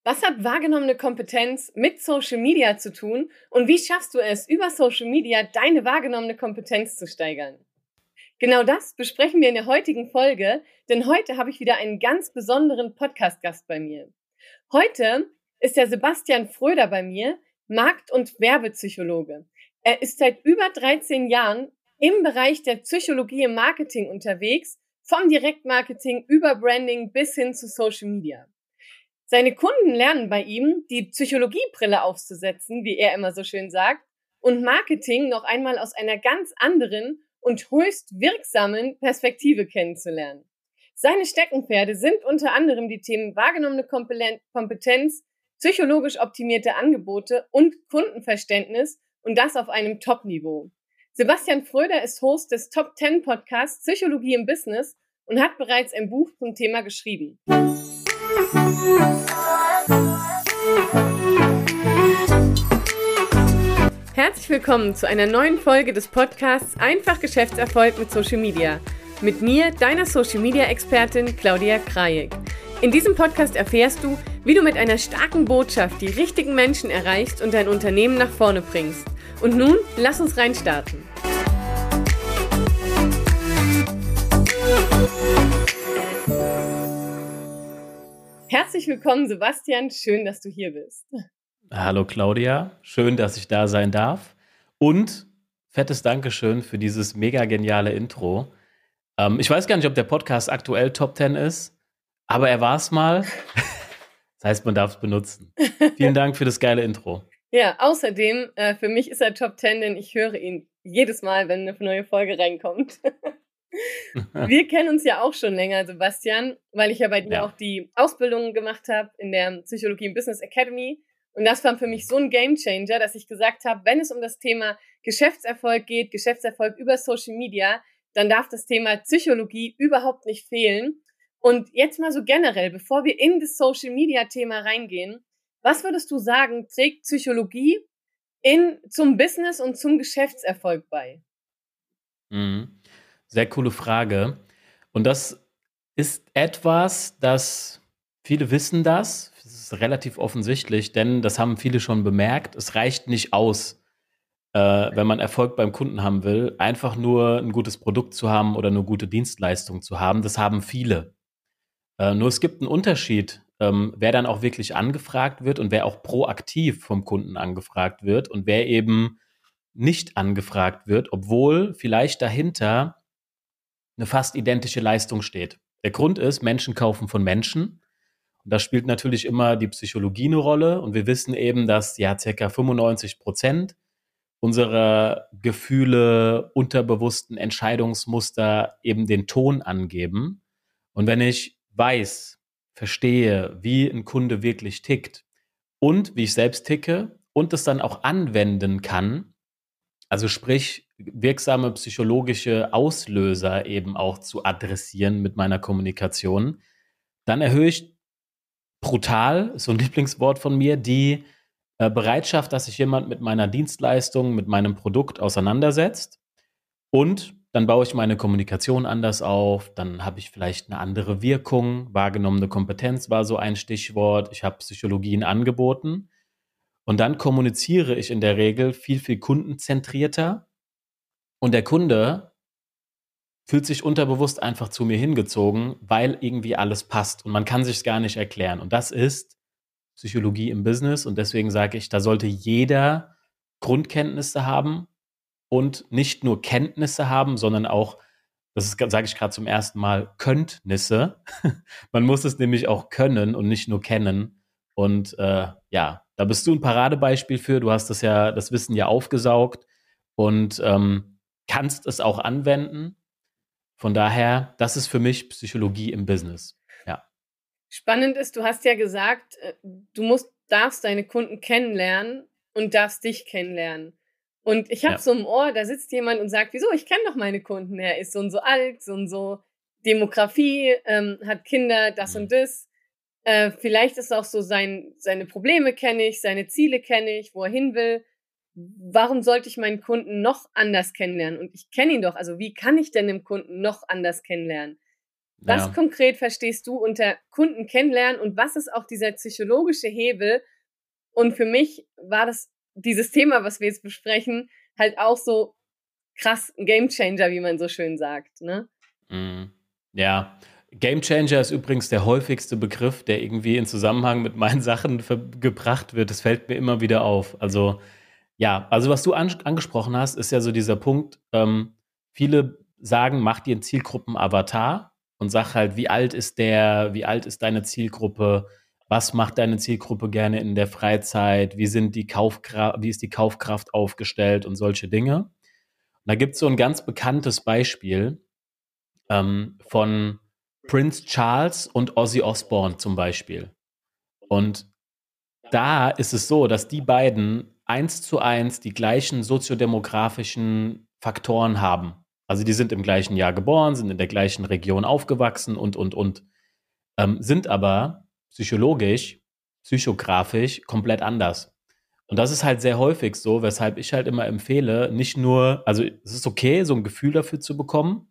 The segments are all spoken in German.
Was hat wahrgenommene Kompetenz mit Social Media zu tun und wie schaffst du es, über Social Media deine wahrgenommene Kompetenz zu steigern? Genau das besprechen wir in der heutigen Folge, denn heute habe ich wieder einen ganz besonderen Podcast-Gast bei mir. Heute ist der Sebastian Fröder bei mir, Markt- und Werbepsychologe. Er ist seit über 13 Jahren im Bereich der Psychologie im Marketing unterwegs, vom Direktmarketing über Branding bis hin zu Social Media. Seine Kunden lernen bei ihm, die Psychologiebrille aufzusetzen, wie er immer so schön sagt, und Marketing noch einmal aus einer ganz anderen und höchst wirksamen Perspektive kennenzulernen. Seine Steckenpferde sind unter anderem die Themen wahrgenommene Kompetenz, psychologisch optimierte Angebote und Kundenverständnis und das auf einem Top-Niveau. Sebastian Fröder ist Host des Top 10 Podcasts Psychologie im Business und hat bereits ein Buch zum Thema geschrieben. Herzlich willkommen zu einer neuen Folge des Podcasts Einfach Geschäftserfolg mit Social Media. Mit mir, deiner Social Media Expertin Claudia Krajek. In diesem Podcast erfährst du, wie du mit einer starken Botschaft die richtigen Menschen erreichst und dein Unternehmen nach vorne bringst. Und nun, lass uns reinstarten. Herzlich willkommen, Sebastian. Schön, dass du hier bist. Hallo Claudia, schön, dass ich da sein darf. Und fettes Dankeschön für dieses mega geniale Intro. Ich weiß gar nicht, ob der Podcast aktuell Top 10 ist, aber er war es mal. Das heißt, man darf es benutzen. Vielen Dank für das geile Intro. Ja, außerdem, für mich ist er Top 10, denn ich höre ihn jedes Mal, wenn eine neue Folge reinkommt. Wir kennen uns ja auch schon länger, Sebastian, weil ich ja bei dir auch die Ausbildung gemacht habe in der Psychologie im Business Academy. Und das war für mich so ein Gamechanger, dass ich gesagt habe, wenn es um das Thema Geschäftserfolg geht, Geschäftserfolg über Social Media, dann darf das Thema Psychologie überhaupt nicht fehlen. Und jetzt mal so generell, bevor wir in das Social Media Thema reingehen, was würdest du sagen, trägt Psychologie zum Business und zum Geschäftserfolg bei? Sehr coole Frage. Und das ist etwas, das viele wissen das. Es ist relativ offensichtlich, denn das haben viele schon bemerkt. Es reicht nicht aus, wenn man Erfolg beim Kunden haben will, einfach nur ein gutes Produkt zu haben oder eine gute Dienstleistung zu haben. Das haben viele. Nur es gibt einen Unterschied, wer dann auch wirklich angefragt wird und wer auch proaktiv vom Kunden angefragt wird und wer eben nicht angefragt wird, obwohl vielleicht dahinter eine fast identische Leistung steht. Der Grund ist, Menschen kaufen von Menschen. Und da spielt natürlich immer die Psychologie eine Rolle. Und wir wissen eben, dass ja ca. 95% unserer Gefühle, unterbewussten Entscheidungsmuster eben den Ton angeben. Und wenn ich weiß, verstehe, wie ein Kunde wirklich tickt und wie ich selbst ticke und es dann auch anwenden kann, also sprich wirksame psychologische Auslöser eben auch zu adressieren mit meiner Kommunikation, dann erhöhe ich brutal, ist so ein Lieblingswort von mir, die Bereitschaft, dass sich jemand mit meiner Dienstleistung, mit meinem Produkt auseinandersetzt. Und dann baue ich meine Kommunikation anders auf, dann habe ich vielleicht eine andere Wirkung. Wahrgenommene Kompetenz war so ein Stichwort. Ich habe Psychologien angeboten. Und dann kommuniziere ich in der Regel viel, viel kundenzentrierter. Und der Kunde fühlt sich unterbewusst einfach zu mir hingezogen, weil irgendwie alles passt. Und man kann sich es gar nicht erklären. Und das ist Psychologie im Business. Und deswegen sage ich, da sollte jeder Grundkenntnisse haben und nicht nur Kenntnisse haben, sondern auch, sage ich gerade zum ersten Mal, Könntnisse. Man muss es nämlich auch können und nicht nur kennen. Und ja, da bist du ein Paradebeispiel für. Du hast das Wissen ja aufgesaugt und kannst es auch anwenden. Von daher, das ist für mich Psychologie im Business. Ja. Spannend ist, du hast ja gesagt, darfst deine Kunden kennenlernen und darfst dich kennenlernen. Und ich habe so im Ohr, da sitzt jemand und sagt, wieso, ich kenne doch meine Kunden. Er ist so und so alt, so und so Demografie, hat Kinder, das und das. Vielleicht ist auch so seine Probleme kenne ich, seine Ziele kenne ich, wo er hin will. Warum sollte ich meinen Kunden noch anders kennenlernen? Und ich kenne ihn doch. Also wie kann ich denn den Kunden noch anders kennenlernen? Was Ja. konkret verstehst du unter Kunden kennenlernen und was ist auch dieser psychologische Hebel? Und für mich war dieses Thema, was wir jetzt besprechen, halt auch so krass ein Gamechanger, wie man so schön sagt, ne? Mhm. Ja, Gamechanger ist übrigens der häufigste Begriff, der irgendwie in Zusammenhang mit meinen Sachen gebracht wird. Das fällt mir immer wieder auf. Also, ja, also was du angesprochen hast, ist ja so dieser Punkt, viele sagen, mach dir einen Zielgruppen-Avatar und sag halt, wie alt ist deine Zielgruppe, was macht deine Zielgruppe gerne in der Freizeit, wie ist die Kaufkraft aufgestellt und solche Dinge. Und da gibt es so ein ganz bekanntes Beispiel, von Prince Charles und Ozzy Osbourne zum Beispiel. Und da ist es so, dass die beiden 1:1 die gleichen soziodemografischen Faktoren haben. Also die sind im gleichen Jahr geboren, sind in der gleichen Region aufgewachsen und. Sind aber psychografisch komplett anders. Und das ist halt sehr häufig so, weshalb ich halt immer empfehle, nicht nur, also es ist okay, so ein Gefühl dafür zu bekommen,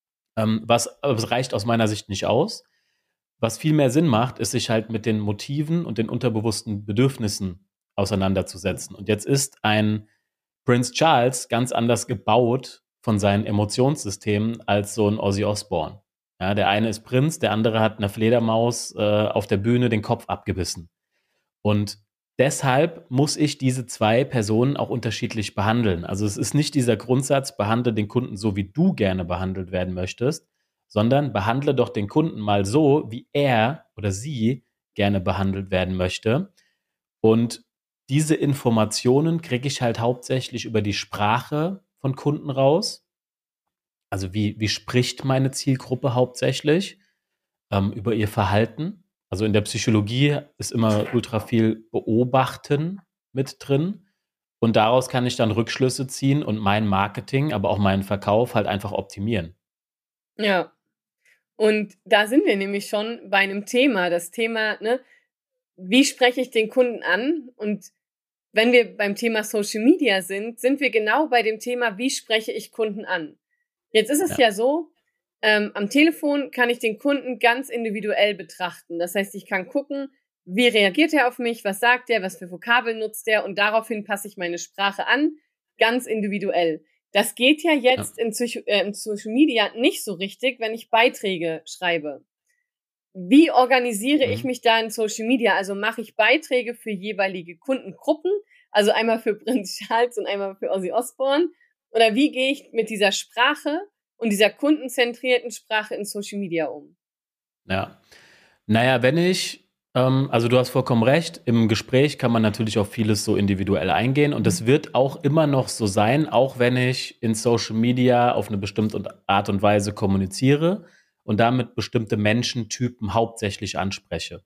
aber es reicht aus meiner Sicht nicht aus. Was viel mehr Sinn macht, ist, sich halt mit den Motiven und den unterbewussten Bedürfnissen auseinanderzusetzen. Und jetzt ist ein Prince Charles ganz anders gebaut von seinen Emotionssystemen als so ein Ozzy Osbourne. Ja, der eine ist Prinz, der andere hat einer Fledermaus auf der Bühne den Kopf abgebissen. Und deshalb muss ich diese zwei Personen auch unterschiedlich behandeln. Also es ist nicht dieser Grundsatz, behandle den Kunden so, wie du gerne behandelt werden möchtest, sondern behandle doch den Kunden mal so, wie er oder sie gerne behandelt werden möchte. Und diese Informationen kriege ich halt hauptsächlich über die Sprache von Kunden raus. Also wie spricht meine Zielgruppe hauptsächlich? Über ihr Verhalten. Also in der Psychologie ist immer ultra viel Beobachten mit drin. Und daraus kann ich dann Rückschlüsse ziehen und mein Marketing, aber auch meinen Verkauf halt einfach optimieren. Ja. Und da sind wir nämlich schon bei einem Thema. Das Thema, ne, wie spreche ich den Kunden an? Und wenn wir beim Thema Social Media sind wir genau bei dem Thema, wie spreche ich Kunden an? Jetzt ist es ja so, am Telefon kann ich den Kunden ganz individuell betrachten. Das heißt, ich kann gucken, wie reagiert er auf mich, was sagt er, was für Vokabeln nutzt er und daraufhin passe ich meine Sprache an, ganz individuell. Das geht ja jetzt in Social Media nicht so richtig, wenn ich Beiträge schreibe. Wie organisiere ich mich da in Social Media? Also mache ich Beiträge für jeweilige Kundengruppen, also einmal für Prinz Charles und einmal für Ozzy Osbourne? Oder wie gehe ich mit dieser Sprache und dieser kundenzentrierten Sprache in Social Media um? Ja. Naja, also du hast vollkommen recht, im Gespräch kann man natürlich auf vieles so individuell eingehen und das wird auch immer noch so sein, auch wenn ich in Social Media auf eine bestimmte Art und Weise kommuniziere und damit bestimmte Menschentypen hauptsächlich anspreche.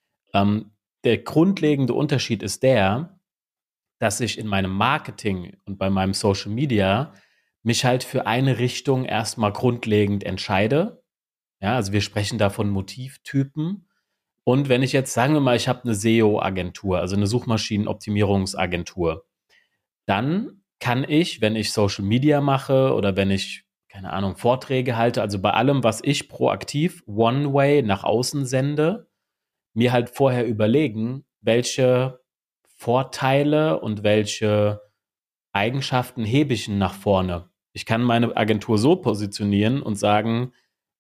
Der grundlegende Unterschied ist der, dass ich in meinem Marketing und bei meinem Social Media mich halt für eine Richtung erstmal grundlegend entscheide. Ja, also wir sprechen da von Motivtypen. Und wenn ich jetzt, sagen wir mal, ich habe eine SEO-Agentur, also eine Suchmaschinenoptimierungsagentur, dann kann ich, wenn ich Social Media mache oder wenn ich, keine Ahnung, Vorträge halte, also bei allem, was ich proaktiv One-Way nach außen sende, mir halt vorher überlegen, welche Vorteile und welche Eigenschaften hebe ich denn nach vorne. Ich kann meine Agentur so positionieren und sagen,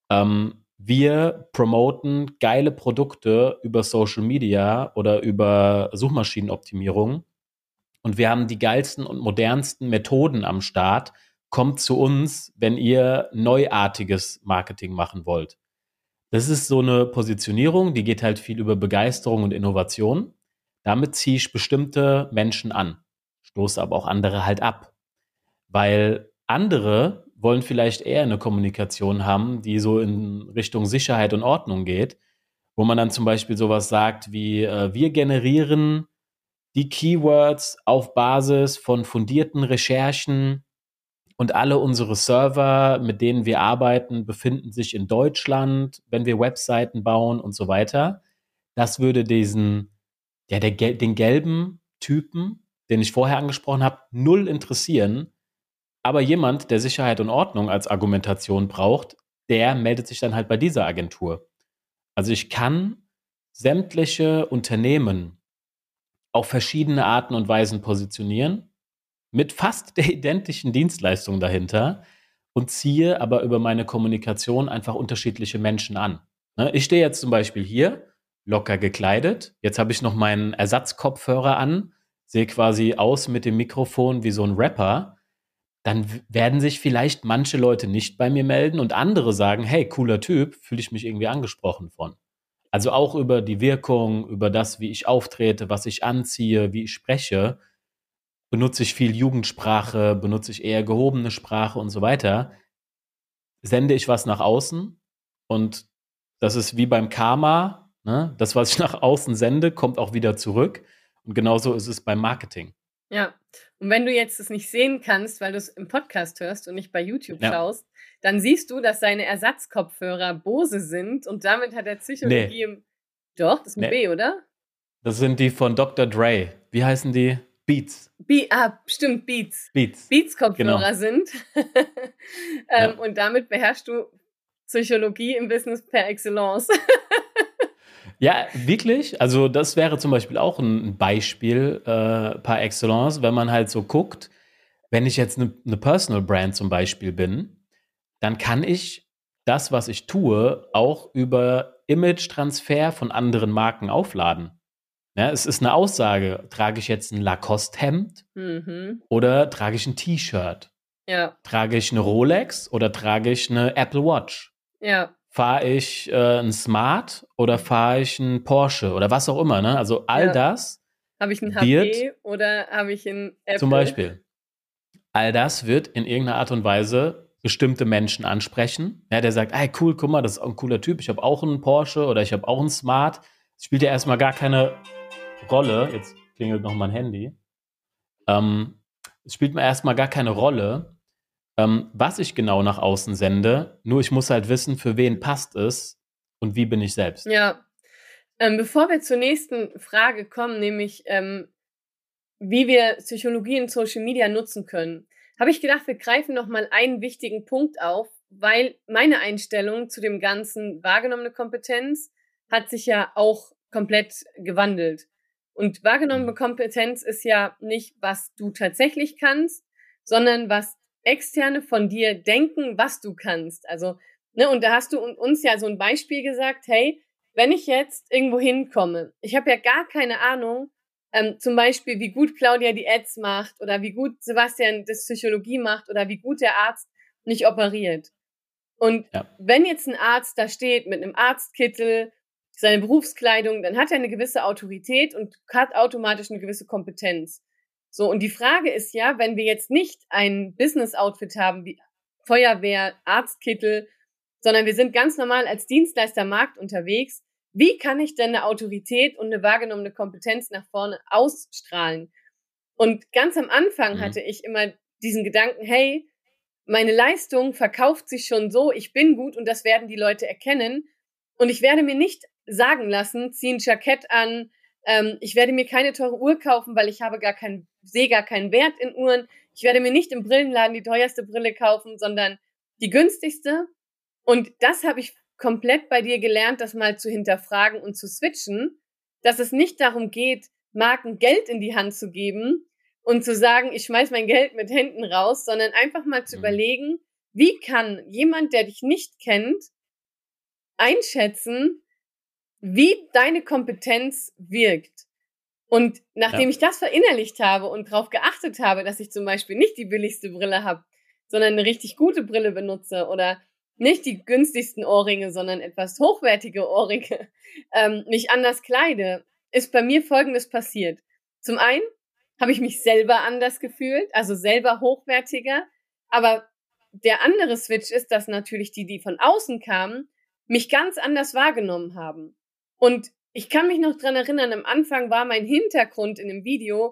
wir promoten geile Produkte über Social Media oder über Suchmaschinenoptimierung und wir haben die geilsten und modernsten Methoden am Start. Kommt zu uns, wenn ihr neuartiges Marketing machen wollt. Das ist so eine Positionierung, die geht halt viel über Begeisterung und Innovation. Damit ziehe ich bestimmte Menschen an, stoße aber auch andere halt ab. Weil andere wollen vielleicht eher eine Kommunikation haben, die so in Richtung Sicherheit und Ordnung geht, wo man dann zum Beispiel sowas sagt wie, wir generieren die Keywords auf Basis von fundierten Recherchen und alle unsere Server, mit denen wir arbeiten, befinden sich in Deutschland, wenn wir Webseiten bauen und so weiter. Das würde den gelben Typen, den ich vorher angesprochen habe, null interessieren. Aber jemand, der Sicherheit und Ordnung als Argumentation braucht, der meldet sich dann halt bei dieser Agentur. Also ich kann sämtliche Unternehmen auf verschiedene Arten und Weisen positionieren, mit fast der identischen Dienstleistung dahinter und ziehe aber über meine Kommunikation einfach unterschiedliche Menschen an. Ne, ich stehe jetzt zum Beispiel hier, locker gekleidet. Jetzt habe ich noch meinen Ersatzkopfhörer an, sehe quasi aus mit dem Mikrofon wie so ein Rapper. Dann werden sich vielleicht manche Leute nicht bei mir melden und andere sagen, hey, cooler Typ, fühle ich mich irgendwie angesprochen von. Also auch über die Wirkung, über das, wie ich auftrete, was ich anziehe, wie ich spreche, benutze ich viel Jugendsprache, benutze ich eher gehobene Sprache und so weiter, sende ich was nach außen und das ist wie beim Karma, ne? Das, was ich nach außen sende, kommt auch wieder zurück und genauso ist es beim Marketing. Ja, und wenn du jetzt es nicht sehen kannst, weil du es im Podcast hörst und nicht bei YouTube Ja. schaust, dann siehst du, dass seine Ersatzkopfhörer Bose sind und damit hat er Psychologie im... Doch, das ist mit B, oder? Das sind die von Dr. Dre. Wie heißen die? Beats. Stimmt, Beats. Beats. Beats-Kopfhörer Genau. sind. Ja. Und damit beherrschst du Psychologie im Business per Excellence. Ja, wirklich. Also das wäre zum Beispiel auch ein Beispiel par excellence, wenn man halt so guckt, wenn ich jetzt eine Personal Brand zum Beispiel bin, dann kann ich das, was ich tue, auch über Image-Transfer von anderen Marken aufladen. Ja, es ist eine Aussage. Trage ich jetzt ein Lacoste-Hemd Mhm. oder trage ich ein T-Shirt? Ja, Trage ich eine Rolex oder trage ich eine Apple Watch? ja, Fahre ich ein Smart oder fahre ich ein Porsche oder was auch immer, ne? Also all Ja. das habe ich ein wird HP oder habe ich ein Apple? zum Beispiel, all das wird in irgendeiner Art und Weise bestimmte Menschen ansprechen. Ja, der sagt, ey, cool, guck mal, das ist auch ein cooler Typ. Ich habe auch einen Porsche oder ich habe auch einen Smart. Das spielt ja erstmal gar keine Rolle. Jetzt klingelt noch mein Handy. Es spielt mir erstmal gar keine Rolle, was ich genau nach außen sende. Nur ich muss halt wissen, für wen passt es und wie bin ich selbst. Ja. Bevor wir zur nächsten Frage kommen, nämlich wie wir Psychologie in Social Media nutzen können, habe ich gedacht, wir greifen noch mal einen wichtigen Punkt auf, weil meine Einstellung zu dem ganzen wahrgenommene Kompetenz hat sich ja auch komplett gewandelt. Und wahrgenommene Kompetenz ist ja nicht, was du tatsächlich kannst, sondern was Externe von dir denken, was du kannst. Also, ne, und da hast du uns ja so ein Beispiel gesagt, hey, wenn ich jetzt irgendwo hinkomme, ich habe ja gar keine Ahnung, zum Beispiel, wie gut Claudia die Ads macht oder wie gut Sebastian das Psychologie macht oder wie gut der Arzt nicht operiert. Und Ja. wenn jetzt ein Arzt da steht mit einem Arztkittel, seine Berufskleidung, dann hat er eine gewisse Autorität und hat automatisch eine gewisse Kompetenz. So, und die Frage ist ja, wenn wir jetzt nicht ein Business-Outfit haben wie Feuerwehr, Arztkittel, sondern wir sind ganz normal als Dienstleister am Markt unterwegs, wie kann ich denn eine Autorität und eine wahrgenommene Kompetenz nach vorne ausstrahlen? Und ganz am Anfang hatte ich immer diesen Gedanken, hey, meine Leistung verkauft sich schon so, ich bin gut und das werden die Leute erkennen. Und ich werde mir nicht sagen lassen, zieh ein Jackett an, ich werde mir keine teure Uhr kaufen, weil ich sehe gar keinen Wert in Uhren. Ich werde mir nicht im Brillenladen die teuerste Brille kaufen, sondern die günstigste. Und das habe ich komplett bei dir gelernt, das mal zu hinterfragen und zu switchen, dass es nicht darum geht, Marken Geld in die Hand zu geben und zu sagen, ich schmeiß mein Geld mit Händen raus, sondern einfach mal zu überlegen, wie kann jemand, der dich nicht kennt, einschätzen, wie deine Kompetenz wirkt. Und nachdem ich das verinnerlicht habe und darauf geachtet habe, dass ich zum Beispiel nicht die billigste Brille habe, sondern eine richtig gute Brille benutze oder nicht die günstigsten Ohrringe, sondern etwas hochwertige Ohrringe, mich anders kleide, ist bei mir Folgendes passiert. Zum einen habe ich mich selber anders gefühlt, also selber hochwertiger, aber der andere Switch ist, dass natürlich die von außen kamen, mich ganz anders wahrgenommen haben. Und ich kann mich noch dran erinnern, am Anfang war mein Hintergrund in dem Video,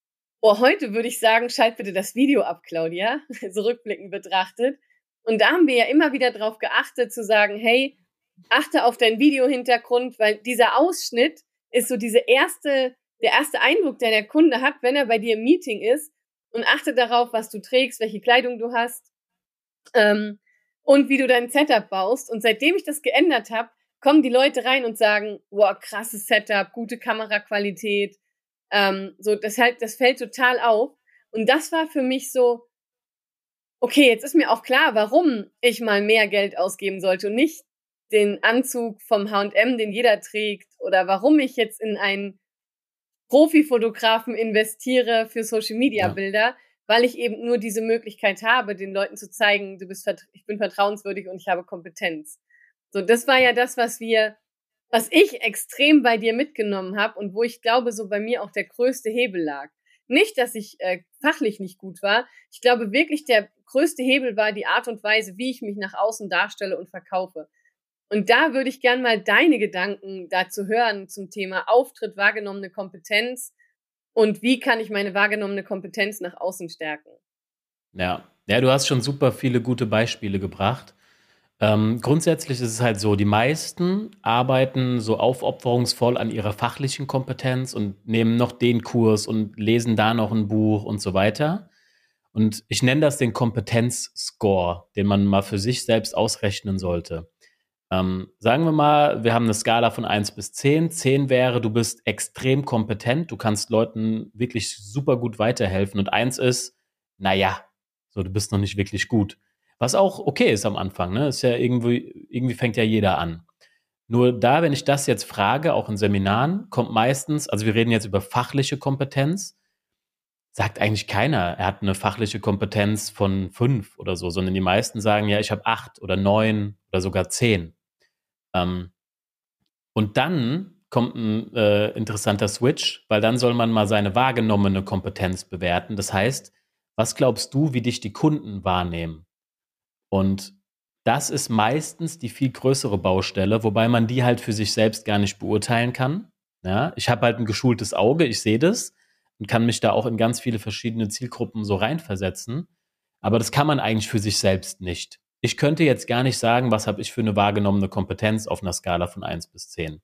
heute würde ich sagen, schalt bitte das Video ab, Claudia, so rückblickend betrachtet. Und da haben wir ja immer wieder drauf geachtet, zu sagen, hey, achte auf deinen Videohintergrund, weil dieser Ausschnitt ist so der erste Eindruck, der Kunde hat, wenn er bei dir im Meeting ist, und achte darauf, was du trägst, welche Kleidung du hast. und wie du dein Setup baust. Und seitdem ich das geändert habe, kommen die Leute rein und sagen, wow, krasses Setup, gute Kameraqualität. Das fällt total auf. Und das war für mich so, okay, jetzt ist mir auch klar, warum ich mal mehr Geld ausgeben sollte und nicht den Anzug vom H&M, den jeder trägt, oder warum ich jetzt in einen Profifotografen investiere für Social-Media-Bilder, weil ich eben nur diese Möglichkeit habe, den Leuten zu zeigen, ich bin vertrauenswürdig und ich habe Kompetenz. So, das war ja das, was ich extrem bei dir mitgenommen habe und wo ich glaube, so bei mir auch der größte Hebel lag. Nicht, dass ich fachlich nicht gut war. Ich glaube wirklich, der größte Hebel war die Art und Weise, wie ich mich nach außen darstelle und verkaufe. Und da würde ich gern mal deine Gedanken dazu hören zum Thema Auftritt, wahrgenommene Kompetenz und wie kann ich meine wahrgenommene Kompetenz nach außen stärken. Ja, du hast schon super viele gute Beispiele gebracht. Grundsätzlich ist es halt so, die meisten arbeiten so aufopferungsvoll an ihrer fachlichen Kompetenz und nehmen noch den Kurs und lesen da noch ein Buch und so weiter. Und ich nenne das den Kompetenzscore, den man mal für sich selbst ausrechnen sollte. Sagen wir mal, wir haben eine Skala von 1 bis 10. 10 wäre, du bist extrem kompetent, du kannst Leuten wirklich super gut weiterhelfen. Und 1 ist, naja, so, du bist noch nicht wirklich gut. Was auch okay ist am Anfang, ne? Ist ja irgendwie fängt ja jeder an. Nur da, wenn ich das jetzt frage, auch in Seminaren, kommt meistens, also wir reden jetzt über fachliche Kompetenz, sagt eigentlich keiner, er hat eine fachliche Kompetenz von 5 oder so, sondern die meisten sagen, ja, ich habe 8 oder 9 oder sogar 10. Und dann kommt ein interessanter Switch, weil dann soll man mal seine wahrgenommene Kompetenz bewerten. Das heißt, was glaubst du, wie dich die Kunden wahrnehmen? Und das ist meistens die viel größere Baustelle, wobei man die halt für sich selbst gar nicht beurteilen kann. Ja, ich habe halt ein geschultes Auge, ich sehe das und kann mich da auch in ganz viele verschiedene Zielgruppen so reinversetzen. Aber das kann man eigentlich für sich selbst nicht. Ich könnte jetzt gar nicht sagen, was habe ich für eine wahrgenommene Kompetenz auf einer Skala von 1 bis 10.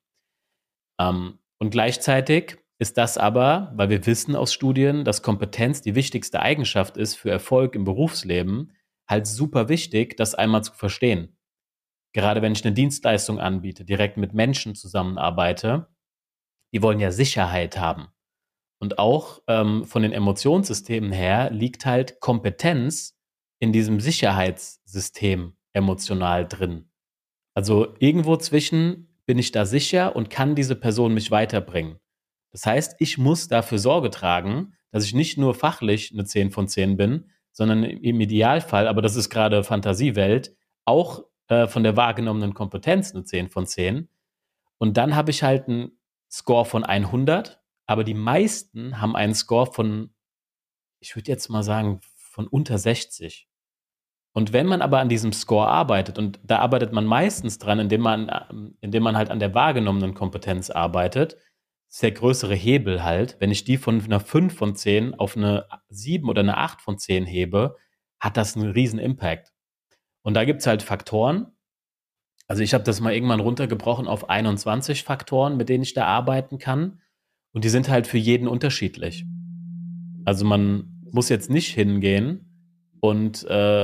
Und gleichzeitig ist das aber, weil wir wissen aus Studien, dass Kompetenz die wichtigste Eigenschaft ist für Erfolg im Berufsleben, halt super wichtig, das einmal zu verstehen. Gerade wenn ich eine Dienstleistung anbiete, direkt mit Menschen zusammenarbeite, die wollen ja Sicherheit haben. Und auch von den Emotionssystemen her liegt halt Kompetenz in diesem Sicherheitssystem emotional drin. Also irgendwo zwischen bin ich da sicher und kann diese Person mich weiterbringen. Das heißt, ich muss dafür Sorge tragen, dass ich nicht nur fachlich eine 10 von 10 bin, sondern im Idealfall, aber das ist gerade Fantasiewelt, auch von der wahrgenommenen Kompetenz eine 10 von 10. Und dann habe ich halt einen Score von 100, aber die meisten haben einen Score von, ich würde jetzt mal sagen, von unter 60. Und wenn man aber an diesem Score arbeitet, und da arbeitet man meistens dran, indem man halt an der wahrgenommenen Kompetenz arbeitet, ist der größere Hebel halt, wenn ich die von einer 5 von 10 auf eine 7 oder eine 8 von 10 hebe, hat das einen riesen Impact. Und da gibt es halt Faktoren. Also ich habe das mal irgendwann runtergebrochen auf 21 Faktoren, mit denen ich da arbeiten kann. Und die sind halt für jeden unterschiedlich. Also man muss jetzt nicht hingehen und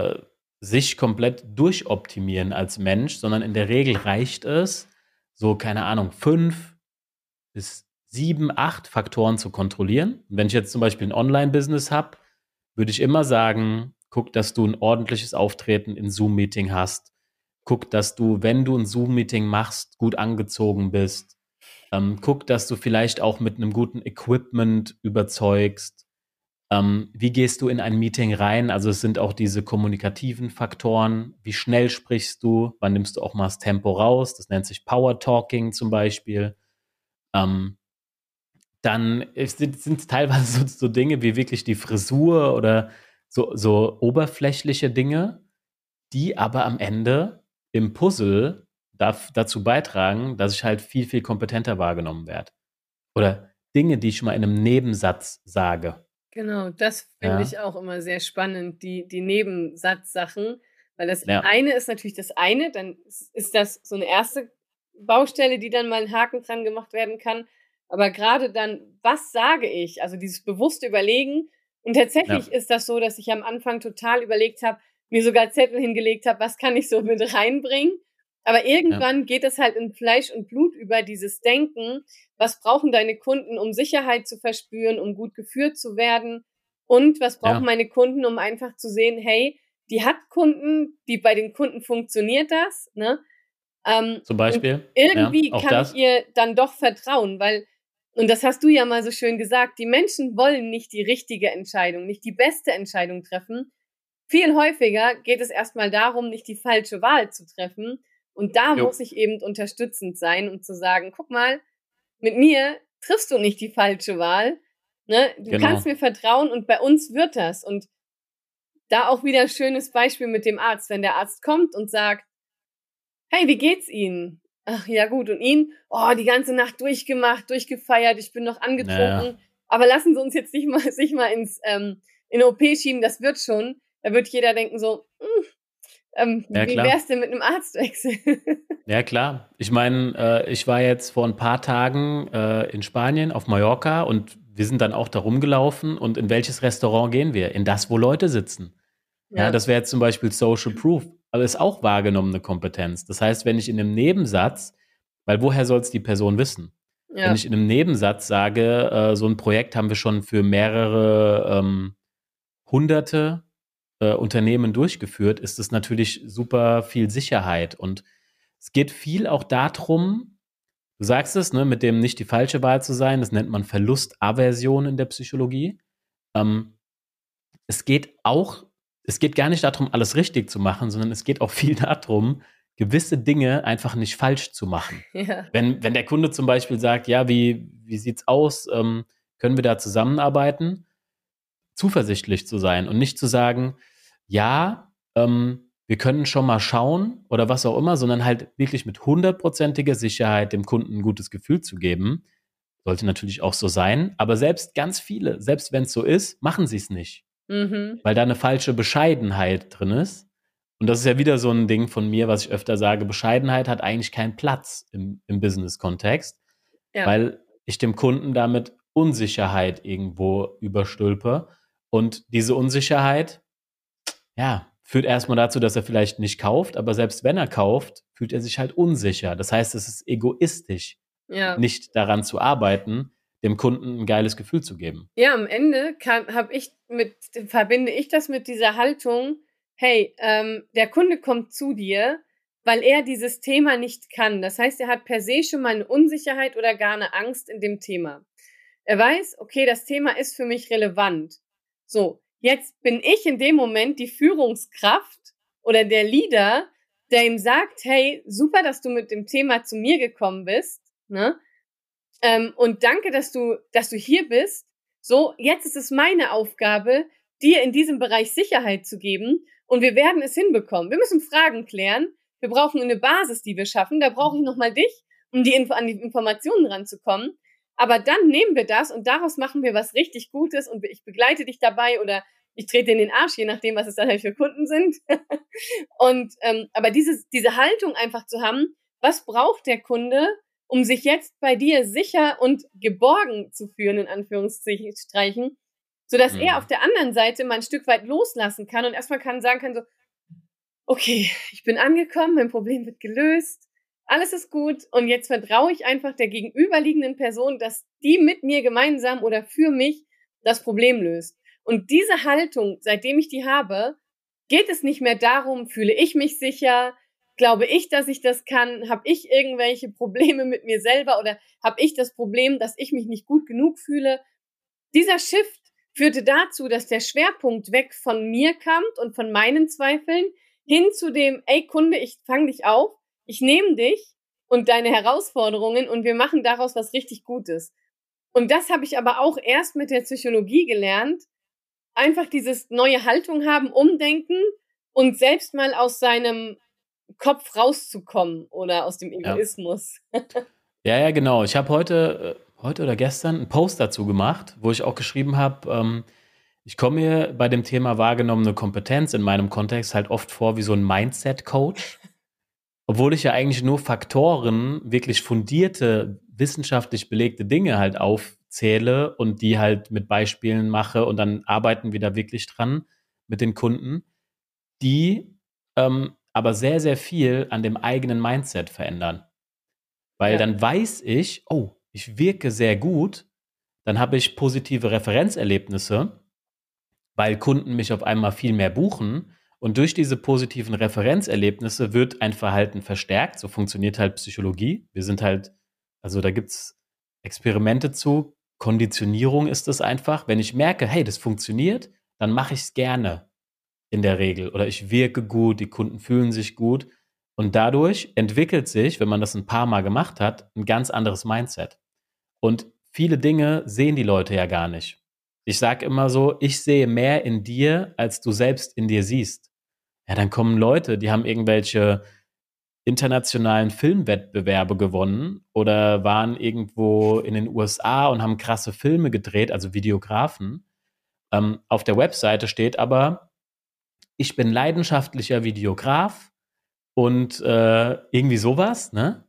sich komplett durchoptimieren als Mensch, sondern in der Regel reicht es, so, keine Ahnung, 5 bis 7, 8 Faktoren zu kontrollieren. Und wenn ich jetzt zum Beispiel ein Online-Business habe, würde ich immer sagen, guck, dass du ein ordentliches Auftreten in Zoom-Meeting hast. Guck, dass du, wenn du ein Zoom-Meeting machst, gut angezogen bist. Guck, dass du vielleicht auch mit einem guten Equipment überzeugst. Wie gehst du in ein Meeting rein? Also es sind auch diese kommunikativen Faktoren. Wie schnell sprichst du? Wann nimmst du auch mal das Tempo raus? Das nennt sich Power Talking zum Beispiel. Ähm, Dann sind teilweise so Dinge wie wirklich die Frisur oder so oberflächliche Dinge, die aber am Ende im Puzzle dazu beitragen, dass ich halt viel, viel kompetenter wahrgenommen werde. Oder Dinge, die ich mal in einem Nebensatz sage. Genau, das finde Ja, ich auch immer sehr spannend, die Nebensatzsachen, weil das ja, eine ist natürlich das eine, dann ist das so eine erste Baustelle, die dann mal 'n Haken dran gemacht werden kann. Aber gerade dann, was sage ich? Also, dieses bewusste Überlegen und tatsächlich ja, ist das so, dass ich am Anfang total überlegt habe: mir sogar Zettel hingelegt habe, was kann ich so mit reinbringen. Aber irgendwann geht es halt in Fleisch und Blut über, dieses Denken, was brauchen deine Kunden, um Sicherheit zu verspüren, um gut geführt zu werden, und was brauchen meine Kunden, um einfach zu sehen, hey, die hat Kunden, bei den Kunden funktioniert das, ne? Zum Beispiel. Und irgendwie auch kann das. ich ihr dann doch vertrauen, weil, und das hast du ja mal so schön gesagt, die Menschen wollen nicht die richtige Entscheidung, nicht die beste Entscheidung treffen. Viel häufiger geht es erstmal darum, nicht die falsche Wahl zu treffen. Und da muss ich eben unterstützend sein, um zu sagen, guck mal, mit mir triffst du nicht die falsche Wahl. Ne? Du kannst mir vertrauen und bei uns wird das. Und da auch wieder ein schönes Beispiel mit dem Arzt. Wenn der Arzt kommt und sagt, hey, wie geht's Ihnen? Ach ja gut, und Ihnen? Oh, die ganze Nacht durchgemacht, durchgefeiert, ich bin noch angetrunken. Aber lassen Sie uns jetzt nicht mal sich mal in OP schieben, das wird schon. Da wird jeder denken so, wie wär's denn mit einem Arztwechsel? Ja, klar. Ich meine, ich war jetzt vor ein paar Tagen in Spanien auf Mallorca und wir sind dann auch da rumgelaufen. Und in welches Restaurant gehen wir? In das, wo Leute sitzen. Ja, das wäre jetzt zum Beispiel Social Proof, aber ist auch wahrgenommene Kompetenz. Das heißt, wenn ich in einem Nebensatz, weil woher soll es die Person wissen? Ja. Wenn ich in einem Nebensatz sage, so ein Projekt haben wir schon für mehrere hunderte Unternehmen durchgeführt, ist es natürlich super viel Sicherheit. Und es geht viel auch darum, du sagst es, ne, mit dem nicht die falsche Wahl zu sein, das nennt man Verlustaversion in der Psychologie. Es geht gar nicht darum, alles richtig zu machen, sondern es geht auch viel darum, gewisse Dinge einfach nicht falsch zu machen. Ja. Wenn der Kunde zum Beispiel sagt, ja, wie sieht's aus, können wir da zusammenarbeiten? Zuversichtlich zu sein und nicht zu sagen, ja, wir können schon mal schauen oder was auch immer, sondern halt wirklich mit 100%iger Sicherheit dem Kunden ein gutes Gefühl zu geben. Sollte natürlich auch so sein, aber selbst ganz viele, selbst wenn es so ist, machen sie es nicht. Weil da eine falsche Bescheidenheit drin ist. Und das ist ja wieder so ein Ding von mir, was ich öfter sage, Bescheidenheit hat eigentlich keinen Platz im Business-Kontext, weil ich dem Kunden damit Unsicherheit irgendwo überstülpe. Und diese Unsicherheit, ja, führt erstmal dazu, dass er vielleicht nicht kauft, aber selbst wenn er kauft, fühlt er sich halt unsicher. Das heißt, es ist egoistisch, nicht daran zu arbeiten, dem Kunden ein geiles Gefühl zu geben. Ja, am Ende verbinde ich das mit dieser Haltung, hey, der Kunde kommt zu dir, weil er dieses Thema nicht kann. Das heißt, er hat per se schon mal eine Unsicherheit oder gar eine Angst in dem Thema. Er weiß, okay, das Thema ist für mich relevant. So, jetzt bin ich in dem Moment die Führungskraft oder der Leader, der ihm sagt, hey, super, dass du mit dem Thema zu mir gekommen bist, ne? Und danke, dass du hier bist. So, jetzt ist es meine Aufgabe, dir in diesem Bereich Sicherheit zu geben. Und wir werden es hinbekommen. Wir müssen Fragen klären. Wir brauchen eine Basis, die wir schaffen. Da brauche ich nochmal dich, um an die Informationen ranzukommen. Aber dann nehmen wir das und daraus machen wir was richtig Gutes und ich begleite dich dabei oder ich trete in den Arsch, je nachdem, was es dann halt für Kunden sind. Und aber diese Haltung einfach zu haben, was braucht der Kunde, um sich jetzt bei dir sicher und geborgen zu führen, in Anführungszeichen, sodass er auf der anderen Seite mal ein Stück weit loslassen kann und erstmal sagen kann so, okay, ich bin angekommen, mein Problem wird gelöst, alles ist gut und jetzt vertraue ich einfach der gegenüberliegenden Person, dass die mit mir gemeinsam oder für mich das Problem löst. Und diese Haltung, seitdem ich die habe, geht es nicht mehr darum, fühle ich mich sicher, glaube ich, dass ich das kann, habe ich irgendwelche Probleme mit mir selber oder habe ich das Problem, dass ich mich nicht gut genug fühle. Dieser Shift führte dazu, dass der Schwerpunkt weg von mir kam und von meinen Zweifeln hin zu dem, ey Kunde, ich fange dich auf, ich nehme dich und deine Herausforderungen und wir machen daraus was richtig Gutes. Und das habe ich aber auch erst mit der Psychologie gelernt, einfach dieses neue Haltung haben, umdenken und selbst mal aus seinem Kopf rauszukommen oder aus dem Egoismus. Ja, genau. Ich habe heute oder gestern einen Post dazu gemacht, wo ich auch geschrieben habe, ich komme mir bei dem Thema wahrgenommene Kompetenz in meinem Kontext halt oft vor wie so ein Mindset-Coach, obwohl ich ja eigentlich nur Faktoren, wirklich fundierte, wissenschaftlich belegte Dinge halt aufzähle und die halt mit Beispielen mache und dann arbeiten wir da wirklich dran mit den Kunden. die aber sehr, sehr viel an dem eigenen Mindset verändern. Weil dann weiß ich, oh, ich wirke sehr gut, dann habe ich positive Referenzerlebnisse, weil Kunden mich auf einmal viel mehr buchen. Und durch diese positiven Referenzerlebnisse wird ein Verhalten verstärkt. So funktioniert halt Psychologie. Wir sind halt, also da gibt es Experimente zu. Konditionierung ist es einfach. Wenn ich merke, hey, das funktioniert, dann mache ich es gerne in der Regel. Oder ich wirke gut, die Kunden fühlen sich gut. Und dadurch entwickelt sich, wenn man das ein paar Mal gemacht hat, ein ganz anderes Mindset. Und viele Dinge sehen die Leute ja gar nicht. Ich sage immer so, ich sehe mehr in dir, als du selbst in dir siehst. Ja, dann kommen Leute, die haben irgendwelche internationalen Filmwettbewerbe gewonnen oder waren irgendwo in den USA und haben krasse Filme gedreht, also Videografen. Auf der Webseite steht aber, ich bin leidenschaftlicher Videograf und irgendwie sowas, ne?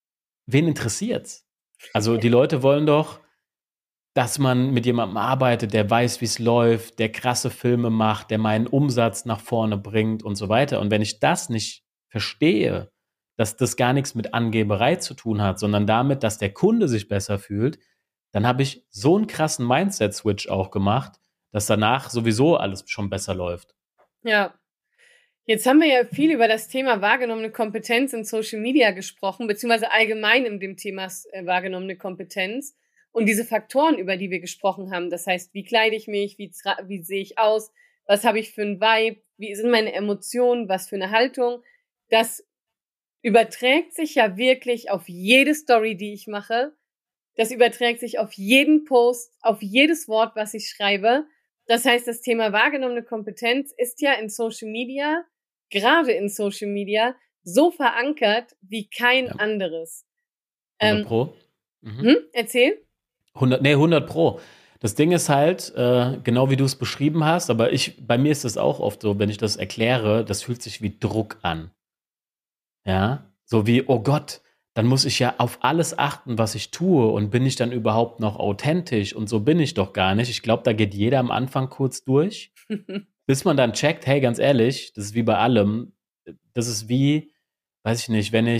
Wen interessiert's? Also die Leute wollen doch, dass man mit jemandem arbeitet, der weiß, wie es läuft, der krasse Filme macht, der meinen Umsatz nach vorne bringt und so weiter. Und wenn ich das nicht verstehe, dass das gar nichts mit Angeberei zu tun hat, sondern damit, dass der Kunde sich besser fühlt, dann habe ich so einen krassen Mindset-Switch auch gemacht, dass danach sowieso alles schon besser läuft. Ja. Jetzt haben wir ja viel über das Thema wahrgenommene Kompetenz in Social Media gesprochen, beziehungsweise allgemein in dem Thema wahrgenommene Kompetenz und diese Faktoren, über die wir gesprochen haben. Das heißt, wie kleide ich mich, wie sehe ich aus, was habe ich für ein Vibe, wie sind meine Emotionen, was für eine Haltung. Das überträgt sich ja wirklich auf jede Story, die ich mache. Das überträgt sich auf jeden Post, auf jedes Wort, was ich schreibe. Das heißt, das Thema wahrgenommene Kompetenz ist ja in Social Media, gerade in Social Media, so verankert wie kein anderes. 100 Pro? Mhm. Erzähl. 100 Pro. Das Ding ist halt, genau wie du es beschrieben hast, aber bei mir ist das auch oft so, wenn ich das erkläre, das fühlt sich wie Druck an. Ja, so wie, oh Gott, dann muss ich ja auf alles achten, was ich tue und bin ich dann überhaupt noch authentisch und so bin ich doch gar nicht. Ich glaube, da geht jeder am Anfang kurz durch, bis man dann checkt, hey, ganz ehrlich, das ist wie bei allem, das ist wie, weiß ich nicht, wenn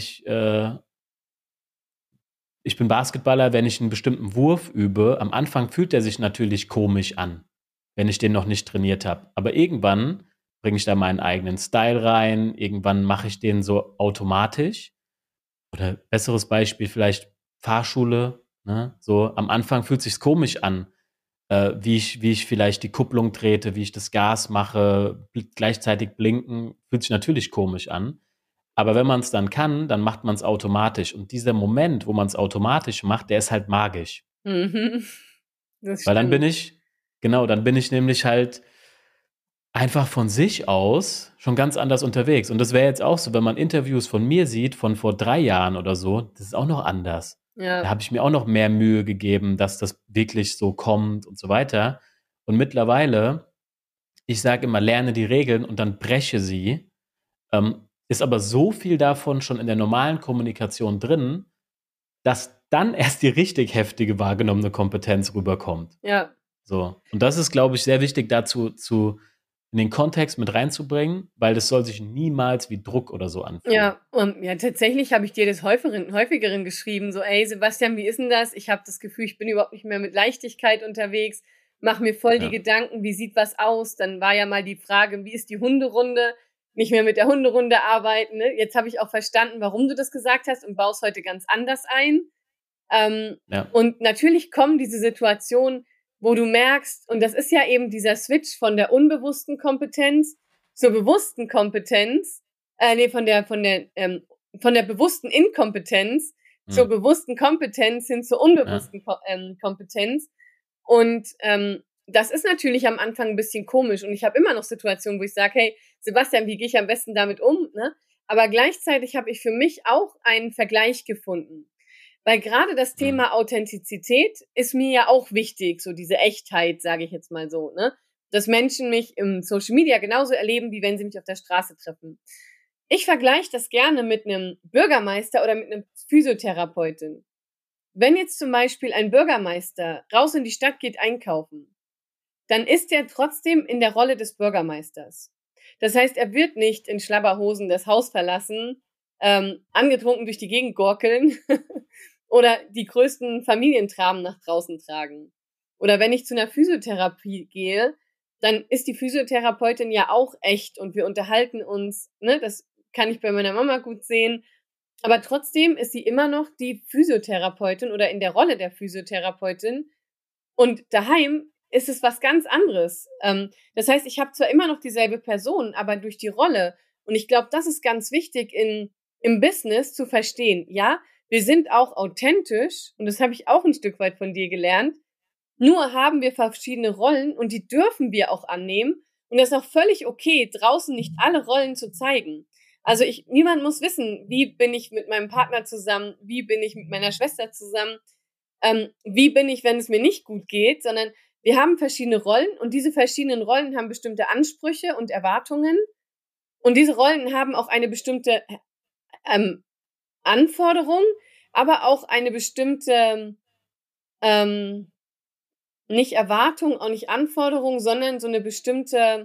ich bin Basketballer, wenn ich einen bestimmten Wurf übe, am Anfang fühlt er sich natürlich komisch an, wenn ich den noch nicht trainiert habe. Aber irgendwann bringe ich da meinen eigenen Style rein, irgendwann mache ich den so automatisch. Oder besseres Beispiel vielleicht Fahrschule, ne? So am Anfang fühlt sich's komisch an, wie ich vielleicht die Kupplung trete, wie ich das Gas mache, gleichzeitig blinken, fühlt sich natürlich komisch an. Aber wenn man es dann kann, dann macht man es automatisch. Und dieser Moment, wo man es automatisch macht, der ist halt magisch. Mhm. Das Weil stimmt. dann bin ich nämlich halt einfach von sich aus schon ganz anders unterwegs. Und das wäre jetzt auch so, wenn man Interviews von mir sieht, von vor 3 Jahren oder so, das ist auch noch anders. Da Ja. habe ich mir auch noch mehr Mühe gegeben, dass das wirklich so kommt und so weiter. Und mittlerweile, ich sage immer, lerne die Regeln und dann breche sie. Ist aber so viel davon schon in der normalen Kommunikation drin, dass dann erst die richtig heftige wahrgenommene Kompetenz rüberkommt. Ja. So. Und das ist, glaube ich, sehr wichtig dazu in den Kontext mit reinzubringen, weil das soll sich niemals wie Druck oder so anfühlen. Ja, und ja, tatsächlich habe ich dir das häufigeren geschrieben, so, ey, Sebastian, wie ist denn das? Ich habe das Gefühl, ich bin überhaupt nicht mehr mit Leichtigkeit unterwegs, mach mir voll die Gedanken, wie sieht was aus? Dann war ja mal die Frage, wie ist die Hunderunde? Nicht mehr mit der Hunderunde arbeiten, ne? Jetzt habe ich auch verstanden, warum du das gesagt hast und baust heute ganz anders ein. Und natürlich kommen diese Situationen, wo du merkst, und das ist ja eben dieser Switch von der unbewussten Kompetenz zur bewussten Kompetenz, von der bewussten Inkompetenz zur bewussten Kompetenz hin zur unbewussten Kompetenz. Und das ist natürlich am Anfang ein bisschen komisch. Und ich habe immer noch Situationen, wo ich sage, hey, Sebastian, wie gehe ich am besten damit um? Ne? Aber gleichzeitig habe ich für mich auch einen Vergleich gefunden. Weil gerade das Thema Authentizität ist mir ja auch wichtig, so diese Echtheit, sage ich jetzt mal so, ne? Dass Menschen mich im Social Media genauso erleben, wie wenn sie mich auf der Straße treffen. Ich vergleiche das gerne mit einem Bürgermeister oder mit einem Physiotherapeutin. Wenn jetzt zum Beispiel ein Bürgermeister raus in die Stadt geht einkaufen, dann ist er trotzdem in der Rolle des Bürgermeisters. Das heißt, er wird nicht in Schlabberhosen das Haus verlassen, angetrunken durch die Gegend gurkeln oder die größten Familientramen nach draußen tragen. Oder wenn ich zu einer Physiotherapie gehe, dann ist die Physiotherapeutin ja auch echt und wir unterhalten uns, ne, das kann ich bei meiner Mama gut sehen. Aber trotzdem ist sie immer noch die Physiotherapeutin oder in der Rolle der Physiotherapeutin. Und daheim ist es was ganz anderes. Das heißt, ich habe zwar immer noch dieselbe Person, aber durch die Rolle. Und ich glaube, das ist ganz wichtig im Business zu verstehen. Ja, wir sind auch authentisch und das habe ich auch ein Stück weit von dir gelernt. Nur haben wir verschiedene Rollen und die dürfen wir auch annehmen. Und das ist auch völlig okay, draußen nicht alle Rollen zu zeigen. Also niemand muss wissen, wie bin ich mit meinem Partner zusammen, wie bin ich mit meiner Schwester zusammen, wie bin ich, wenn es mir nicht gut geht, sondern wir haben verschiedene Rollen und diese verschiedenen Rollen haben bestimmte Ansprüche und Erwartungen und diese Rollen haben auch eine bestimmte Anforderung, aber auch eine bestimmte nicht Erwartung, auch nicht Anforderung, sondern so eine bestimmte,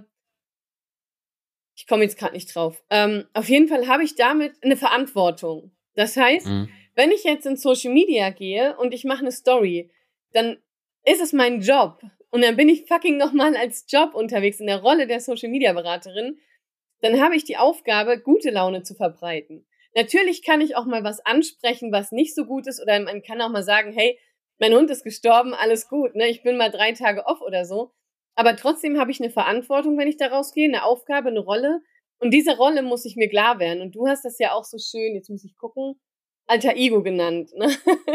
ich komme jetzt gerade nicht drauf. Auf jeden Fall habe ich damit eine Verantwortung. Das heißt, wenn ich jetzt in Social Media gehe und ich mache eine Story, dann ist es mein Job. Und dann bin ich fucking nochmal als Job unterwegs in der Rolle der Social Media Beraterin. Dann habe ich die Aufgabe, gute Laune zu verbreiten. Natürlich kann ich auch mal was ansprechen, was nicht so gut ist. Oder man kann auch mal sagen, hey, mein Hund ist gestorben, alles gut, ne? Ich bin mal 3 Tage off oder so. Aber trotzdem habe ich eine Verantwortung, wenn ich da rausgehe, eine Aufgabe, eine Rolle. Und diese Rolle muss ich mir klar werden. Und du hast das ja auch so schön, jetzt muss ich gucken, Alter Ego genannt. Ne?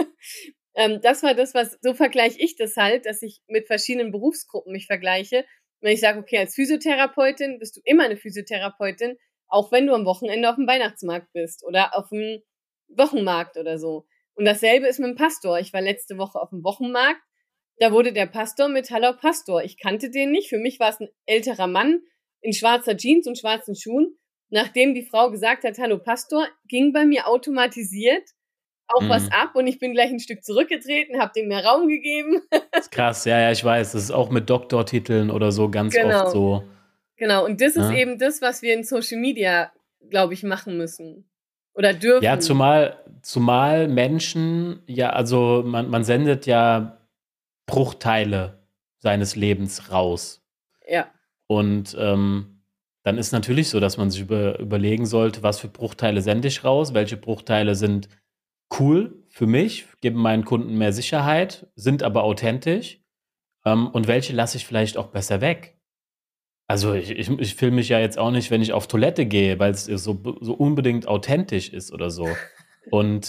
Das war das, so vergleiche ich das halt, dass ich mit verschiedenen Berufsgruppen mich vergleiche. Wenn ich sage, okay, als Physiotherapeutin bist du immer eine Physiotherapeutin, auch wenn du am Wochenende auf dem Weihnachtsmarkt bist oder auf dem Wochenmarkt oder so. Und dasselbe ist mit dem Pastor. Ich war letzte Woche auf dem Wochenmarkt. Da wurde der Pastor mit Hallo Pastor. Ich kannte den nicht. Für mich war es ein älterer Mann in schwarzer Jeans und schwarzen Schuhen. Nachdem die Frau gesagt hat, Hallo Pastor, ging bei mir automatisiert auch was ab und ich bin gleich ein Stück zurückgetreten, habe dem mehr Raum gegeben. Das ist krass, ja, ich weiß. Das ist auch mit Doktortiteln oder so ganz oft so. Genau, und das ist eben das, was wir in Social Media, glaube ich, machen müssen. Oder dürfen. Ja, zumal Menschen, ja, also man sendet ja Bruchteile seines Lebens raus. Ja. Und dann ist natürlich so, dass man sich überlegen sollte, was für Bruchteile sende ich raus, welche Bruchteile sind cool für mich, geben meinen Kunden mehr Sicherheit, sind aber authentisch und welche lasse ich vielleicht auch besser weg. Also ich filme mich ja jetzt auch nicht, wenn ich auf Toilette gehe, weil es so unbedingt authentisch ist oder so. Und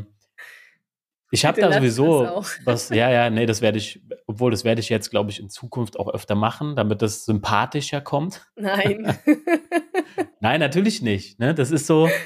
ich habe da sowieso was, nee, das werde ich jetzt, glaube ich, in Zukunft auch öfter machen, damit das sympathischer kommt. Nein. Nein, natürlich nicht. Ne? Das ist so,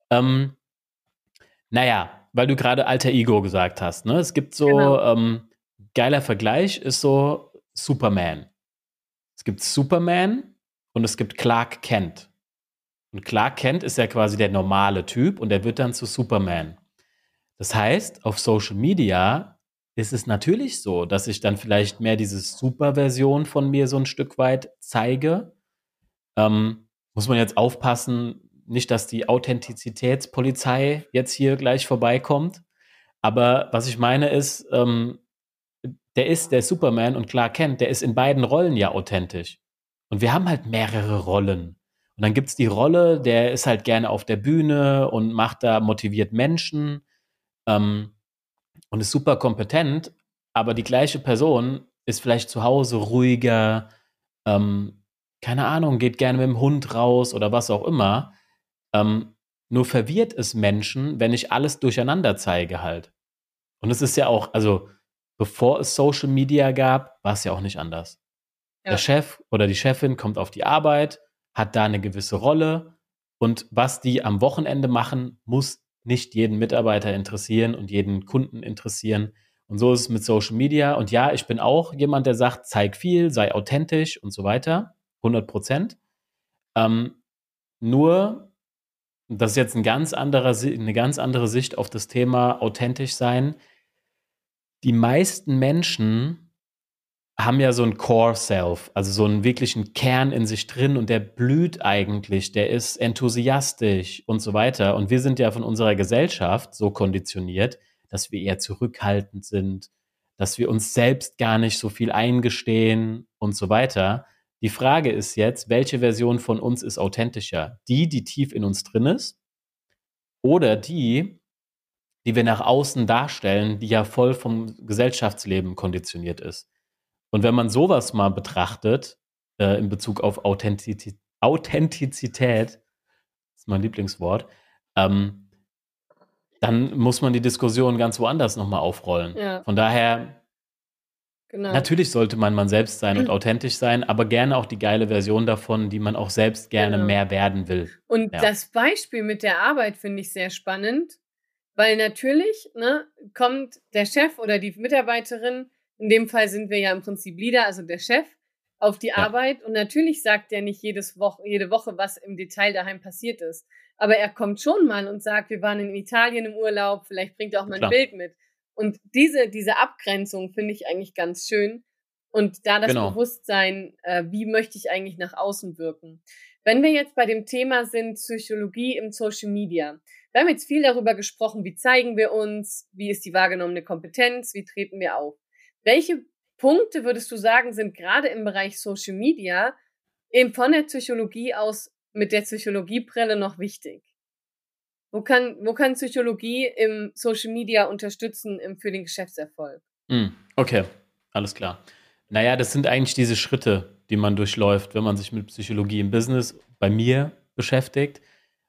naja, weil du gerade Alter Ego gesagt hast. Ne? Es gibt so, geiler Vergleich ist so Superman. Es gibt Superman und es gibt Clark Kent. Und Clark Kent ist ja quasi der normale Typ und der wird dann zu Superman. Das heißt, auf Social Media ist es natürlich so, dass ich dann vielleicht mehr diese Superversion von mir so ein Stück weit zeige. Muss man jetzt aufpassen, nicht, dass die Authentizitätspolizei jetzt hier gleich vorbeikommt. Aber was ich meine ist, der ist Superman und Clark Kent, der ist in beiden Rollen ja authentisch. Und wir haben halt mehrere Rollen. Und dann gibt's die Rolle, der ist halt gerne auf der Bühne und motiviert Menschen und ist super kompetent, aber die gleiche Person ist vielleicht zu Hause ruhiger, keine Ahnung, geht gerne mit dem Hund raus oder was auch immer. Nur verwirrt es Menschen, wenn ich alles durcheinander zeige halt. Und es ist ja auch, also bevor es Social Media gab, war es ja auch nicht anders. Ja. Der Chef oder die Chefin kommt auf die Arbeit, hat da eine gewisse Rolle und was die am Wochenende machen, muss nicht jeden Mitarbeiter interessieren und jeden Kunden interessieren. Und so ist es mit Social Media. Und ja, ich bin auch jemand, der sagt, zeig viel, sei authentisch und so weiter. 100%. Nur, das ist jetzt eine ganz andere Sicht auf das Thema authentisch sein. Die meisten Menschen haben ja so ein Core Self, also so einen wirklichen Kern in sich drin und der blüht eigentlich, der ist enthusiastisch und so weiter. Und wir sind ja von unserer Gesellschaft so konditioniert, dass wir eher zurückhaltend sind, dass wir uns selbst gar nicht so viel eingestehen und so weiter. Die Frage ist jetzt, welche Version von uns ist authentischer? Die tief in uns drin ist, oder die wir nach außen darstellen, die ja voll vom Gesellschaftsleben konditioniert ist. Und wenn man sowas mal betrachtet, in Bezug auf Authentizität, ist mein Lieblingswort, dann muss man die Diskussion ganz woanders nochmal aufrollen. Ja. Von daher, Genau. natürlich sollte man selbst sein und authentisch sein, aber gerne auch die geile Version davon, die man auch selbst gerne mehr werden will. Und Ja. das Beispiel mit der Arbeit finde ich sehr spannend, weil natürlich kommt der Chef oder die Mitarbeiterin, in dem Fall sind wir ja im Prinzip Leader, also der Chef, auf die Arbeit und natürlich sagt der nicht jede Woche, was im Detail daheim passiert ist. Aber er kommt schon mal und sagt, wir waren in Italien im Urlaub, vielleicht bringt er auch mal ein Bild mit. Und diese Abgrenzung finde ich eigentlich ganz schön. Und da das Bewusstsein, wie möchte ich eigentlich nach außen wirken. Wenn wir jetzt bei dem Thema sind, Psychologie im Social Media. Wir haben jetzt viel darüber gesprochen, wie zeigen wir uns, wie ist die wahrgenommene Kompetenz, wie treten wir auf. Welche Punkte würdest du sagen, sind gerade im Bereich Social Media eben von der Psychologie aus mit der Psychologiebrille noch wichtig? Wo kann Psychologie im Social Media unterstützen für den Geschäftserfolg? Okay, alles klar. Naja, das sind eigentlich diese Schritte, die man durchläuft, wenn man sich mit Psychologie im Business bei mir beschäftigt.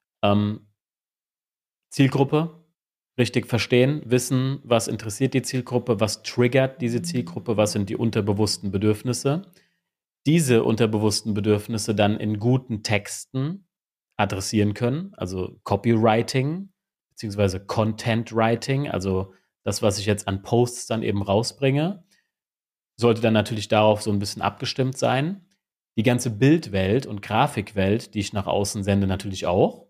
Zielgruppe, richtig verstehen, wissen, was interessiert die Zielgruppe, was triggert diese Zielgruppe, was sind die unterbewussten Bedürfnisse. Diese unterbewussten Bedürfnisse dann in guten Texten adressieren können, also Copywriting beziehungsweise Content Writing, also das, was ich jetzt an Posts dann eben rausbringe, sollte dann natürlich darauf so ein bisschen abgestimmt sein. Die ganze Bildwelt und Grafikwelt, die ich nach außen sende, natürlich auch.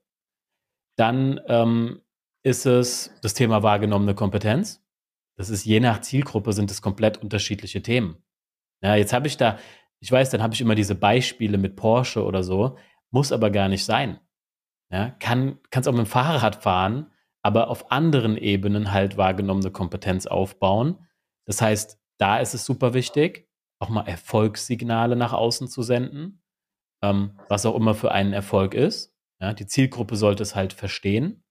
Dann ist es das Thema wahrgenommene Kompetenz. Das ist je nach Zielgruppe sind es komplett unterschiedliche Themen. Ja, jetzt habe ich ich weiß, dann habe ich immer diese Beispiele mit Porsche oder so, muss aber gar nicht sein. Ja, kannst auch mit dem Fahrrad fahren, aber auf anderen Ebenen halt wahrgenommene Kompetenz aufbauen. Das heißt, da ist es super wichtig, auch mal Erfolgssignale nach außen zu senden, was auch immer für einen Erfolg ist. Ja, die Zielgruppe sollte es halt verstehen.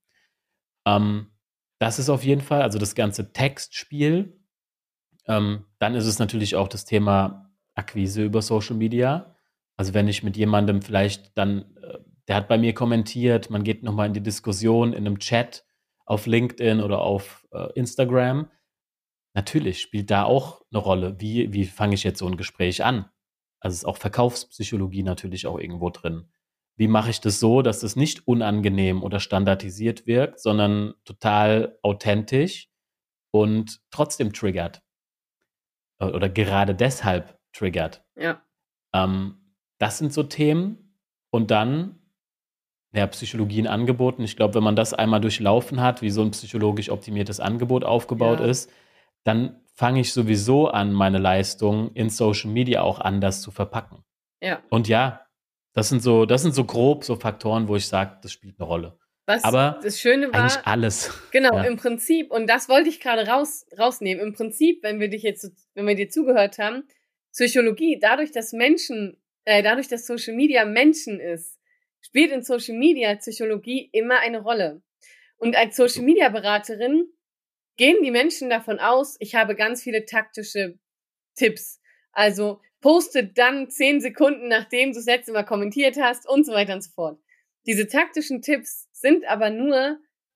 Das ist auf jeden Fall, also das ganze Textspiel. Dann ist es natürlich auch das Thema Akquise über Social Media. Also wenn ich mit jemandem vielleicht dann, der hat bei mir kommentiert, man geht nochmal in die Diskussion in einem Chat auf LinkedIn oder auf Instagram. Natürlich spielt da auch eine Rolle, wie fange ich jetzt so ein Gespräch an? Also ist auch Verkaufspsychologie natürlich auch irgendwo drin. Wie mache ich das so, dass es nicht unangenehm oder standardisiert wirkt, sondern total authentisch und trotzdem triggert? Oder gerade deshalb triggert. Ja. Das sind so Themen. Und dann, Psychologie in Angeboten. Ich glaube, wenn man das einmal durchlaufen hat, wie so ein psychologisch optimiertes Angebot aufgebaut ist, dann fange ich sowieso an, meine Leistung in Social Media auch anders zu verpacken. Ja. Und ja, das sind so grob so Faktoren, wo ich sage, das spielt eine Rolle. Aber das Schöne war, eigentlich alles. Genau, ja. Im Prinzip, und das wollte ich gerade rausnehmen, im Prinzip, wenn wir dir zugehört haben, Psychologie, dadurch, dass Social Media Menschen ist, spielt in Social Media Psychologie immer eine Rolle. Und als Social Media Beraterin gehen die Menschen davon aus, ich habe ganz viele taktische Tipps. Also poste dann 10 Sekunden, nachdem du das letzte Mal kommentiert hast und so weiter und so fort. Diese taktischen Tipps sind aber nur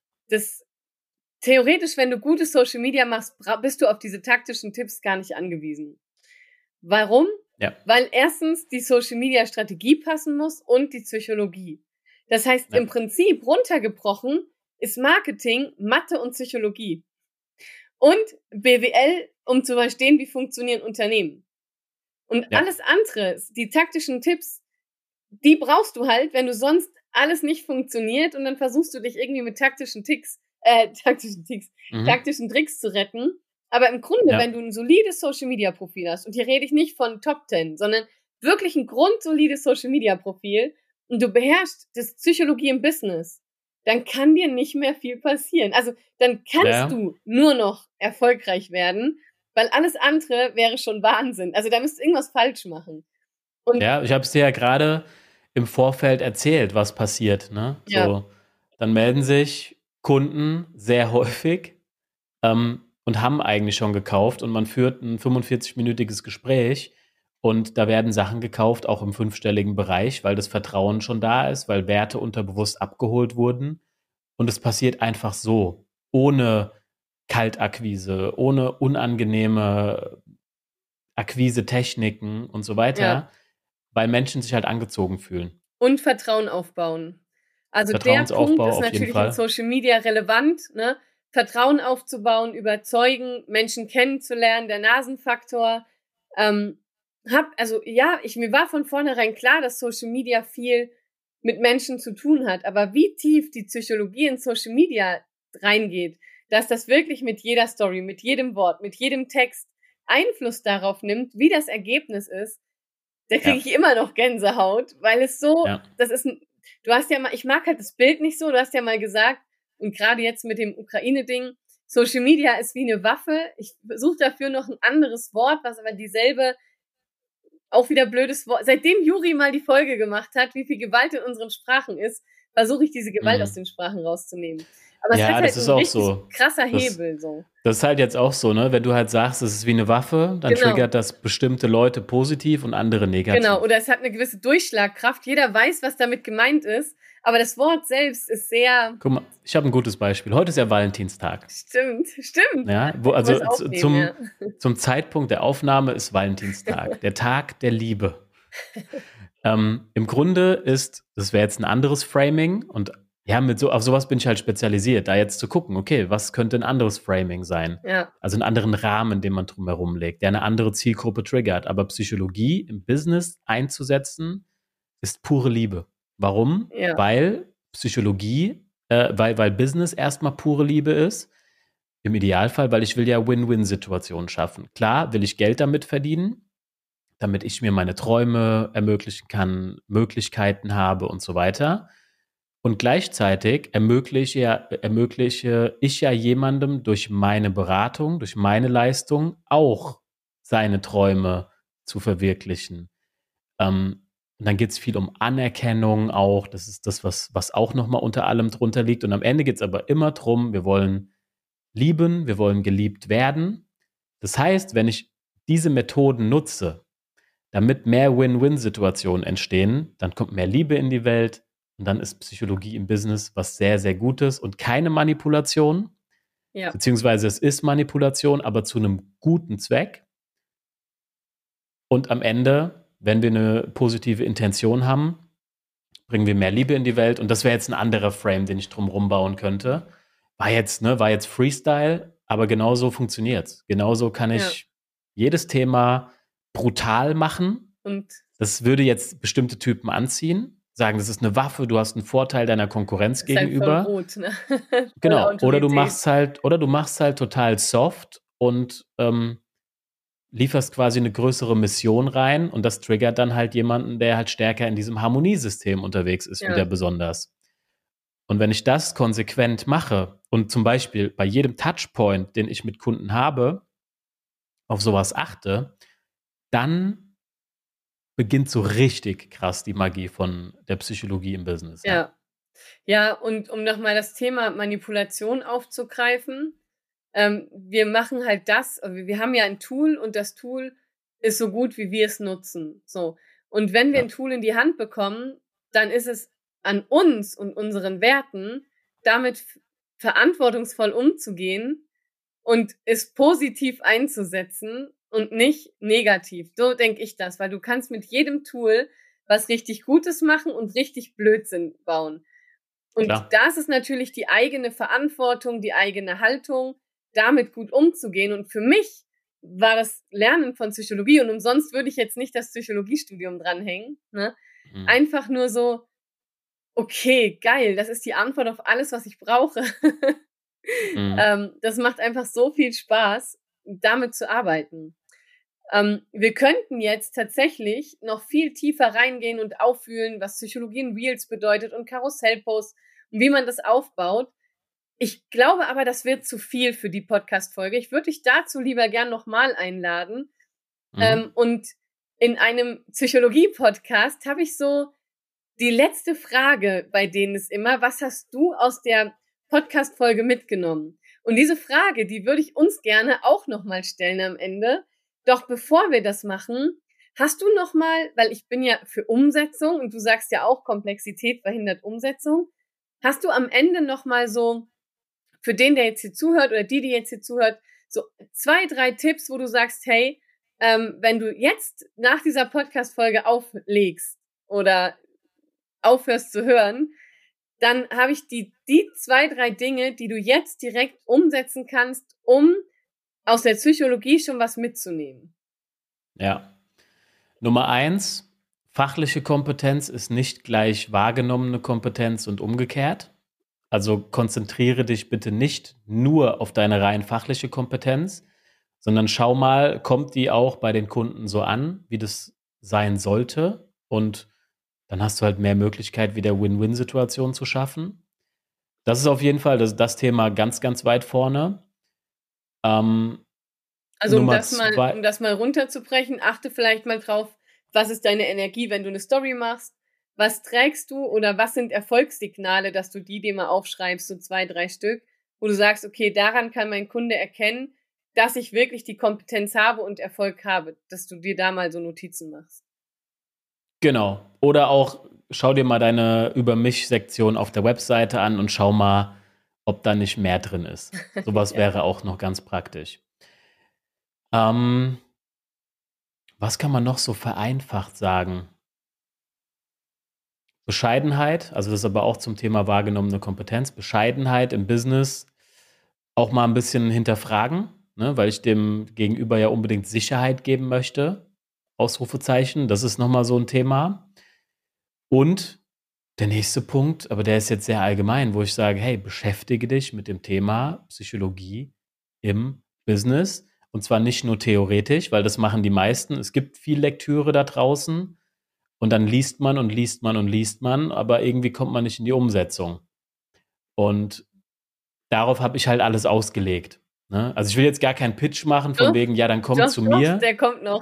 theoretisch, wenn du gutes Social Media machst, bist du auf diese taktischen Tipps gar nicht angewiesen. Warum? Ja. Weil erstens die Social Media Strategie passen muss und die Psychologie. Das heißt, im Prinzip runtergebrochen ist Marketing, Mathe und Psychologie. Und BWL, um zu verstehen, wie funktionieren Unternehmen. Und alles andere, die taktischen Tipps, die brauchst du halt, wenn du sonst alles nicht funktioniert und dann versuchst du dich irgendwie mit taktischen Tricks zu retten. Aber im Grunde, Ja. wenn du ein solides Social-Media-Profil hast, und hier rede ich nicht von Top 10, sondern wirklich ein grundsolides Social-Media-Profil und du beherrschst das Psychologie im Business, dann kann dir nicht mehr viel passieren. Also dann kannst Ja. du nur noch erfolgreich werden, weil alles andere wäre schon Wahnsinn. Also da müsstest du irgendwas falsch machen. Und Ja, ich habe es dir ja gerade im Vorfeld erzählt, was passiert, ne? Ja. So, dann melden sich Kunden sehr häufig und haben eigentlich schon gekauft und man führt ein 45-minütiges Gespräch und da werden Sachen gekauft, auch im fünfstelligen Bereich, weil das Vertrauen schon da ist, weil Werte unterbewusst abgeholt wurden und es passiert einfach so, ohne Kaltakquise, ohne unangenehme Akquise-Techniken und so weiter, Ja. weil Menschen sich halt angezogen fühlen. Und Vertrauen aufbauen. Also der Punkt Vertrauensaufbau ist auf jeden natürlich in Fall. Social Media relevant, ne? Vertrauen aufzubauen, überzeugen, Menschen kennenzulernen, der Nasenfaktor. Mir war von vornherein klar, dass Social Media viel mit Menschen zu tun hat. Aber wie tief die Psychologie in Social Media reingeht, dass das wirklich mit jeder Story, mit jedem Wort, mit jedem Text Einfluss darauf nimmt, wie das Ergebnis ist, da kriege ich immer noch Gänsehaut, weil es so, Ja. du hast ja mal, ich mag halt das Bild nicht so, du hast ja mal gesagt, und gerade jetzt mit dem Ukraine-Ding, Social Media ist wie eine Waffe. Ich suche dafür noch ein anderes Wort, was aber dieselbe, auch wieder blödes Wort. Seitdem Juri mal die Folge gemacht hat, wie viel Gewalt in unseren Sprachen ist, versuche ich diese Gewalt aus den Sprachen rauszunehmen. Aber es Ja, hat halt das ist ein auch richtig so. krasser Hebel, so. Das ist halt jetzt auch so, ne? Wenn du halt sagst, es ist wie eine Waffe, dann Genau. triggert das bestimmte Leute positiv und andere negativ. Genau, oder es hat eine gewisse Durchschlagkraft. Jeder weiß, was damit gemeint ist, aber das Wort selbst ist sehr... Guck mal, ich habe ein gutes Beispiel. Heute ist ja Valentinstag. Stimmt. Ja, zum Zeitpunkt der Aufnahme ist Valentinstag, der Tag der Liebe. Im Grunde das wäre jetzt ein anderes Framing und ja, auf sowas bin ich halt spezialisiert, da jetzt zu gucken, okay, was könnte ein anderes Framing sein? Ja. Also einen anderen Rahmen, den man drumherum legt, der eine andere Zielgruppe triggert. Aber Psychologie im Business einzusetzen, ist pure Liebe. Warum? Ja. Weil weil Business erstmal pure Liebe ist. Im Idealfall, weil ich will ja Win-Win-Situationen schaffen. Klar will ich Geld damit verdienen, damit ich mir meine Träume ermöglichen kann, Möglichkeiten habe und so weiter. Und gleichzeitig ermögliche ich ja jemandem durch meine Beratung, durch meine Leistung auch seine Träume zu verwirklichen. Und dann geht es viel um Anerkennung auch. Das ist das, was auch nochmal unter allem drunter liegt. Und am Ende geht es aber immer darum, wir wollen lieben, wir wollen geliebt werden. Das heißt, wenn ich diese Methoden nutze, damit mehr Win-Win-Situationen entstehen, dann kommt mehr Liebe in die Welt und dann ist Psychologie im Business was sehr, sehr Gutes und keine Manipulation. Ja. Beziehungsweise es ist Manipulation, aber zu einem guten Zweck. Und am Ende, wenn wir eine positive Intention haben, bringen wir mehr Liebe in die Welt. Und das wäre jetzt ein anderer Frame, den ich drumherum bauen könnte. War jetzt Freestyle, aber genauso funktioniert's. Genauso kann ich jedes Thema brutal machen. Und das würde jetzt bestimmte Typen anziehen. Sagen, das ist eine Waffe, du hast einen Vorteil deiner Konkurrenz gegenüber. Halt voll rot, ne? Genau. Oder du machst halt total soft und lieferst quasi eine größere Mission rein und das triggert dann halt jemanden, der halt stärker in diesem Harmoniesystem unterwegs ist, wieder besonders. Und wenn ich das konsequent mache und zum Beispiel bei jedem Touchpoint, den ich mit Kunden habe, auf sowas achte, dann beginnt so richtig krass die Magie von der Psychologie im Business. Ja, und um nochmal das Thema Manipulation aufzugreifen, wir machen halt wir haben ja ein Tool und das Tool ist so gut, wie wir es nutzen. So. Und wenn wir ein Tool in die Hand bekommen, dann ist es an uns und unseren Werten, damit verantwortungsvoll umzugehen und es positiv einzusetzen und nicht negativ. So denke ich das, weil du kannst mit jedem Tool was richtig Gutes machen und richtig Blödsinn bauen. Und da ist es natürlich die eigene Verantwortung, die eigene Haltung, damit gut umzugehen. Und für mich war das Lernen von Psychologie, und umsonst würde ich jetzt nicht das Psychologiestudium dranhängen, ne? Einfach nur so, okay, geil, das ist die Antwort auf alles, was ich brauche. Das macht einfach so viel Spaß. damit zu arbeiten. Wir könnten jetzt tatsächlich noch viel tiefer reingehen und auffühlen, was Psychologie in Reels bedeutet und Karussellposts und wie man das aufbaut. Ich glaube aber, das wird zu viel für die Podcast-Folge. Ich würde dich dazu lieber gern nochmal einladen. Und in einem Psychologie-Podcast habe ich so die letzte Frage, bei denen ist immer, was hast du aus der Podcast-Folge mitgenommen? Und diese Frage, die würde ich uns gerne auch nochmal stellen am Ende. Doch bevor wir das machen, hast du nochmal, weil ich bin ja für Umsetzung und du sagst ja auch, Komplexität verhindert Umsetzung, hast du am Ende nochmal so, für den, der jetzt hier zuhört oder die jetzt hier zuhört, so 2, 3 Tipps, wo du sagst, hey, wenn du jetzt nach dieser Podcast-Folge auflegst oder aufhörst zu hören, dann habe ich die 2, 3 Dinge, die du jetzt direkt umsetzen kannst, um aus der Psychologie schon was mitzunehmen. Ja. Nummer 1, fachliche Kompetenz ist nicht gleich wahrgenommene Kompetenz und umgekehrt. Also konzentriere dich bitte nicht nur auf deine rein fachliche Kompetenz, sondern schau mal, kommt die auch bei den Kunden so an, wie das sein sollte? Und dann hast du halt mehr Möglichkeit, wieder Win-Win-Situationen zu schaffen. Das ist auf jeden Fall das Thema ganz, ganz weit vorne. Also um das mal runterzubrechen, achte vielleicht mal drauf, was ist deine Energie, wenn du eine Story machst? Was trägst du oder was sind Erfolgssignale, dass du die dir mal aufschreibst, so 2, 3 Stück, wo du sagst, okay, daran kann mein Kunde erkennen, dass ich wirklich die Kompetenz habe und Erfolg habe, dass du dir da mal so Notizen machst. Genau. Oder auch schau dir mal deine Über-mich-Sektion auf der Webseite an und schau mal, ob da nicht mehr drin ist. Sowas Ja. wäre auch noch ganz praktisch. Was kann man noch so vereinfacht sagen? Bescheidenheit, also das ist aber auch zum Thema wahrgenommene Kompetenz. Bescheidenheit im Business auch mal ein bisschen hinterfragen, ne, weil ich dem Gegenüber ja unbedingt Sicherheit geben möchte. Ausrufezeichen, das ist nochmal so ein Thema. Und der nächste Punkt, aber der ist jetzt sehr allgemein, wo ich sage, hey, beschäftige dich mit dem Thema Psychologie im Business. Und zwar nicht nur theoretisch, weil das machen die meisten. Es gibt viel Lektüre da draußen und dann liest man und liest man und liest man, aber irgendwie kommt man nicht in die Umsetzung. Und darauf habe ich halt alles ausgelegt. Ne? Also ich will jetzt gar keinen Pitch machen von wegen, ja, dann komm zu mir. Der kommt noch.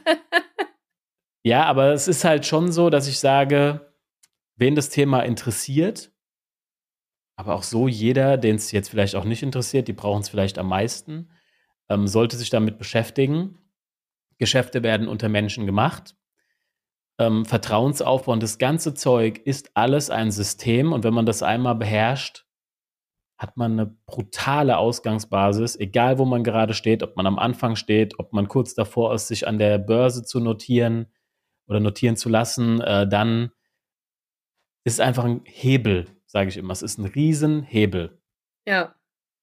Ja, aber es ist halt schon so, dass ich sage, wen das Thema interessiert, aber auch so jeder, den es jetzt vielleicht auch nicht interessiert, die brauchen es vielleicht am meisten, sollte sich damit beschäftigen. Geschäfte werden unter Menschen gemacht. Vertrauensaufbau und das ganze Zeug ist alles ein System. Und wenn man das einmal beherrscht, hat man eine brutale Ausgangsbasis, egal wo man gerade steht, ob man am Anfang steht, ob man kurz davor ist, sich an der Börse zu notieren oder notieren zu lassen, dann ist es einfach ein Hebel, sage ich immer. Es ist ein Riesenhebel. Ja.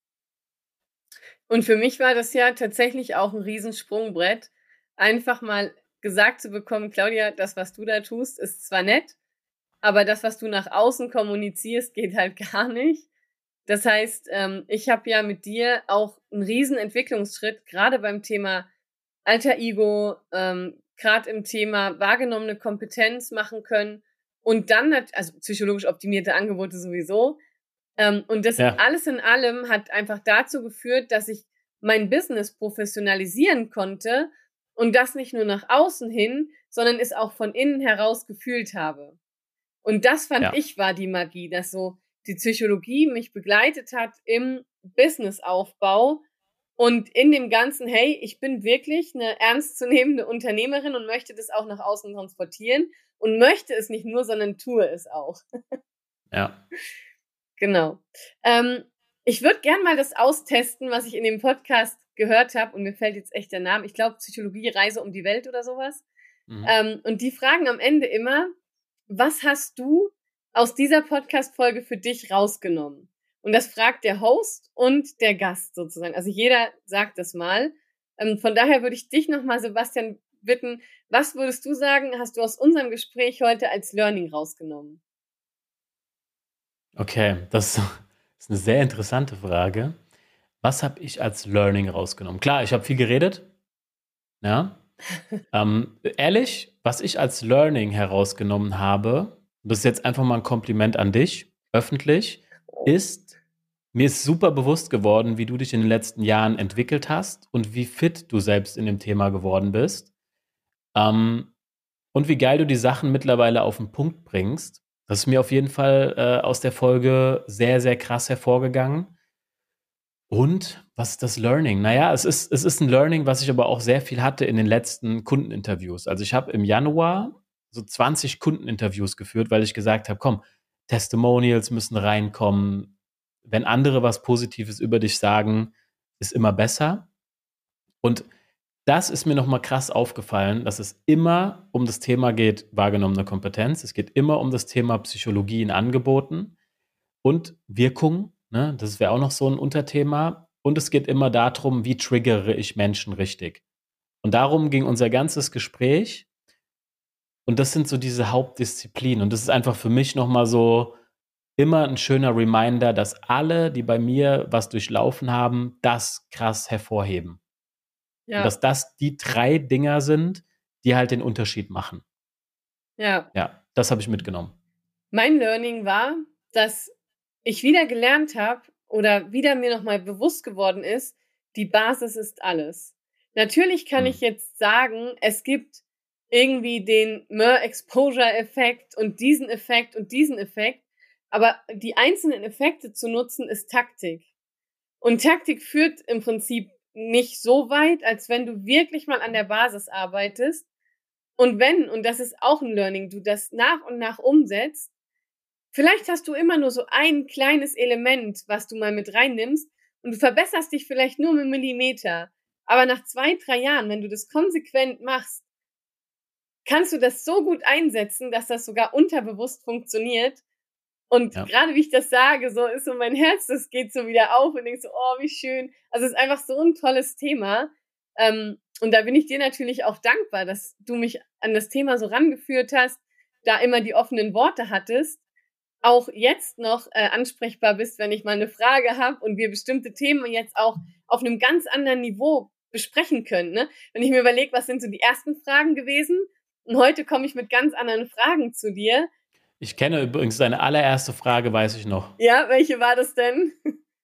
Und für mich war das ja tatsächlich auch ein Riesensprungbrett, einfach mal gesagt zu bekommen, Claudia, das, was du da tust, ist zwar nett, aber das, was du nach außen kommunizierst, geht halt gar nicht. Das heißt, ich habe ja mit dir auch einen riesen Entwicklungsschritt, gerade beim Thema Alter Ego, gerade im Thema wahrgenommene Kompetenz machen können und dann, also psychologisch optimierte Angebote sowieso. Und das alles in allem hat einfach dazu geführt, dass ich mein Business professionalisieren konnte und das nicht nur nach außen hin, sondern es auch von innen heraus gefühlt habe. Und das fand ich war die Magie, dass so die Psychologie mich begleitet hat im Businessaufbau und in dem Ganzen, hey, ich bin wirklich eine ernstzunehmende Unternehmerin und möchte das auch nach außen transportieren und möchte es nicht nur, sondern tue es auch. Ja. Genau. Ich würde gern mal das austesten, was ich in dem Podcast gehört habe und mir fällt jetzt echt der Name. Ich glaube, Psychologie, Reise um die Welt oder sowas. Und die fragen am Ende immer, was hast du aus dieser Podcast-Folge für dich rausgenommen? Und das fragt der Host und der Gast sozusagen. Also jeder sagt das mal. Von daher würde ich dich nochmal, Sebastian, bitten, was würdest du sagen, hast du aus unserem Gespräch heute als Learning rausgenommen? Okay, das ist eine sehr interessante Frage. Was habe ich als Learning rausgenommen? Klar, ich habe viel geredet. Ja. Ehrlich, was ich als Learning herausgenommen habe, und das ist jetzt einfach mal ein Kompliment an dich, öffentlich, ist, mir ist super bewusst geworden, wie du dich in den letzten Jahren entwickelt hast und wie fit du selbst in dem Thema geworden bist. Ähm, und wie geil du die Sachen mittlerweile auf den Punkt bringst. Das ist mir auf jeden Fall aus der Folge sehr, sehr krass hervorgegangen. Und was ist das Learning? Naja, es ist ein Learning, was ich aber auch sehr viel hatte in den letzten Kundeninterviews. Also ich habe im Januar so 20 Kundeninterviews geführt, weil ich gesagt habe, komm, Testimonials müssen reinkommen. Wenn andere was Positives über dich sagen, ist immer besser. Und das ist mir nochmal krass aufgefallen, dass es immer um das Thema geht, wahrgenommene Kompetenz. Es geht immer um das Thema Psychologie in Angeboten und Wirkung. Ne? Das wäre auch noch so ein Unterthema. Und es geht immer darum, wie triggere ich Menschen richtig. Und darum ging unser ganzes Gespräch. Und das sind so diese Hauptdisziplinen. Und das ist einfach für mich nochmal so immer ein schöner Reminder, dass alle, die bei mir was durchlaufen haben, das krass hervorheben. Und Ja, dass das die 3 Dinger sind, die halt den Unterschied machen. ja. Ja, das habe ich mitgenommen. Mein Learning war, dass ich wieder gelernt habe oder wieder mir nochmal bewusst geworden ist, die Basis ist alles. Natürlich kann Hm. ich jetzt sagen, es gibt irgendwie den Mer-Exposure-Effekt und diesen Effekt und diesen Effekt, aber die einzelnen Effekte zu nutzen, ist Taktik. Und Taktik führt im Prinzip nicht so weit, als wenn du wirklich mal an der Basis arbeitest. Und wenn, und das ist auch ein Learning, du das nach und nach umsetzt, vielleicht hast du immer nur so ein kleines Element, was du mal mit reinnimmst und du verbesserst dich vielleicht nur mit Millimeter. Aber nach 2, 3 Jahren, wenn du das konsequent machst, kannst du das so gut einsetzen, dass das sogar unterbewusst funktioniert. Und Ja. gerade wie ich das sage, so ist so mein Herz, das geht so wieder auf und denkst so, oh, wie schön. Also es ist einfach so ein tolles Thema. Und da bin ich dir natürlich auch dankbar, dass du mich an das Thema so rangeführt hast, da immer die offenen Worte hattest, auch jetzt noch ansprechbar bist, wenn ich mal eine Frage habe und wir bestimmte Themen jetzt auch auf einem ganz anderen Niveau besprechen können. Ne? Wenn ich mir überlege, was sind so die ersten Fragen gewesen und heute komme ich mit ganz anderen Fragen zu dir. Ich kenne übrigens deine allererste Frage, weiß ich noch. Ja, welche war das denn?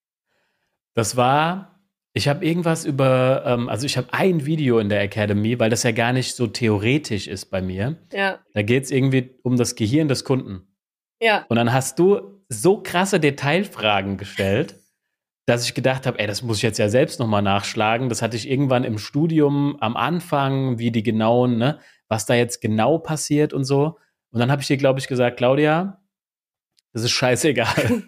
Das war, ich habe irgendwas über, also ich habe ein Video in der Academy, weil das ja gar nicht so theoretisch ist bei mir. Ja, Da geht es irgendwie um das Gehirn des Kunden. ja. Und dann hast du so krasse Detailfragen gestellt, dass ich gedacht habe, ey, das muss ich jetzt ja selbst nochmal nachschlagen. Das hatte ich irgendwann im Studium am Anfang, wie die genauen, ne, was da jetzt genau passiert und so. Und dann habe ich dir, glaube ich, gesagt, Claudia, das ist scheißegal.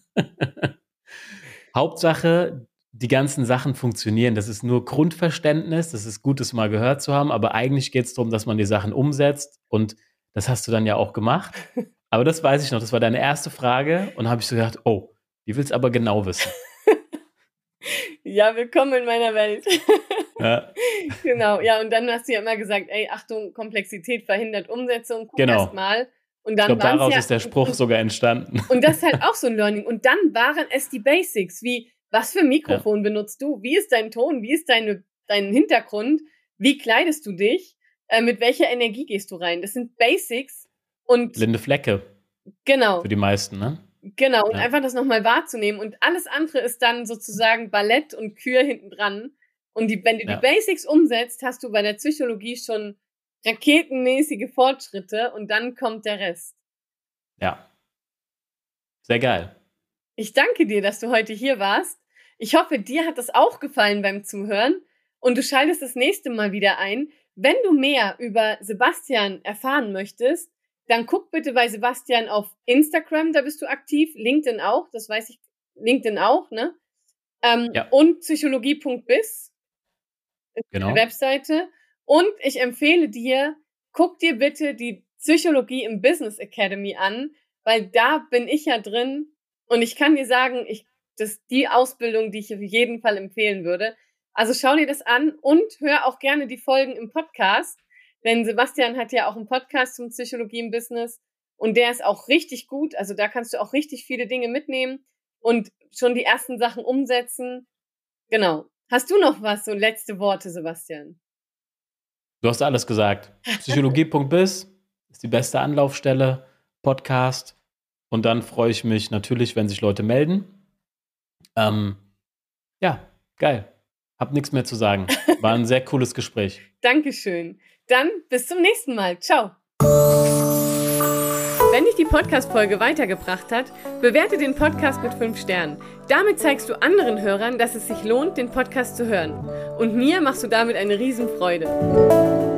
Hauptsache, die ganzen Sachen funktionieren. Das ist nur Grundverständnis. Das ist gut, das mal gehört zu haben. Aber eigentlich geht es darum, dass man die Sachen umsetzt. Und das hast du dann ja auch gemacht. Aber das weiß ich noch. Das war deine erste Frage. Und habe ich so gedacht, oh, die willst aber genau wissen. Ja, willkommen in meiner Welt. Ja, Genau, ja, und dann hast du ja immer gesagt, ey, Achtung, Komplexität verhindert Umsetzung, guck erst genau. mal. Und Ich dann glaube, waren es daraus ja, ist der Spruch sogar entstanden. und das ist halt auch so ein Learning. Und dann waren es die Basics, wie, was für ein Ja, Mikrofon benutzt du? Wie ist dein Ton? Wie ist dein Hintergrund? Wie kleidest du dich? Mit welcher Energie gehst du rein? Das sind Basics und blinde Flecke genau, für die meisten, ne? genau. Und Ja, einfach das nochmal wahrzunehmen. Und alles andere ist dann sozusagen Ballett und Kür hinten dran. Und wenn du die ja, Basics umsetzt, hast du bei der Psychologie schon raketenmäßige Fortschritte und dann kommt der Rest. ja. Sehr geil. Ich danke dir, dass du heute hier warst. Ich hoffe, dir hat es auch gefallen beim Zuhören und du schaltest das nächste Mal wieder ein. Wenn du mehr über Sebastian erfahren möchtest, dann guck bitte bei Sebastian auf Instagram, da bist du aktiv, LinkedIn auch, das weiß ich, LinkedIn auch, ne? Ja, Und psychologie.biz ist eine genau. Webseite. Und ich empfehle dir, guck dir bitte die Psychologie im Business Academy an, weil da bin ich ja drin und ich kann dir sagen, das ist die Ausbildung, die ich auf jeden Fall empfehlen würde. Also schau dir das an und hör auch gerne die Folgen im Podcast, denn Sebastian hat ja auch einen Podcast zum Psychologie im Business und der ist auch richtig gut. Also da kannst du auch richtig viele Dinge mitnehmen und schon die ersten Sachen umsetzen. Genau. Hast du noch was, so letzte Worte, Sebastian? Du hast alles gesagt. Psychologie.biz ist die beste Anlaufstelle, Podcast. Und dann freue ich mich natürlich, wenn sich Leute melden. Ja, geil. Hab nichts mehr zu sagen. War ein sehr cooles Gespräch. Dankeschön. Dann bis zum nächsten Mal. Ciao. Wenn dich die Podcast-Folge weitergebracht hat, bewerte den Podcast mit 5 Sternen. Damit zeigst du anderen Hörern, dass es sich lohnt, den Podcast zu hören. Und mir machst du damit eine Riesenfreude.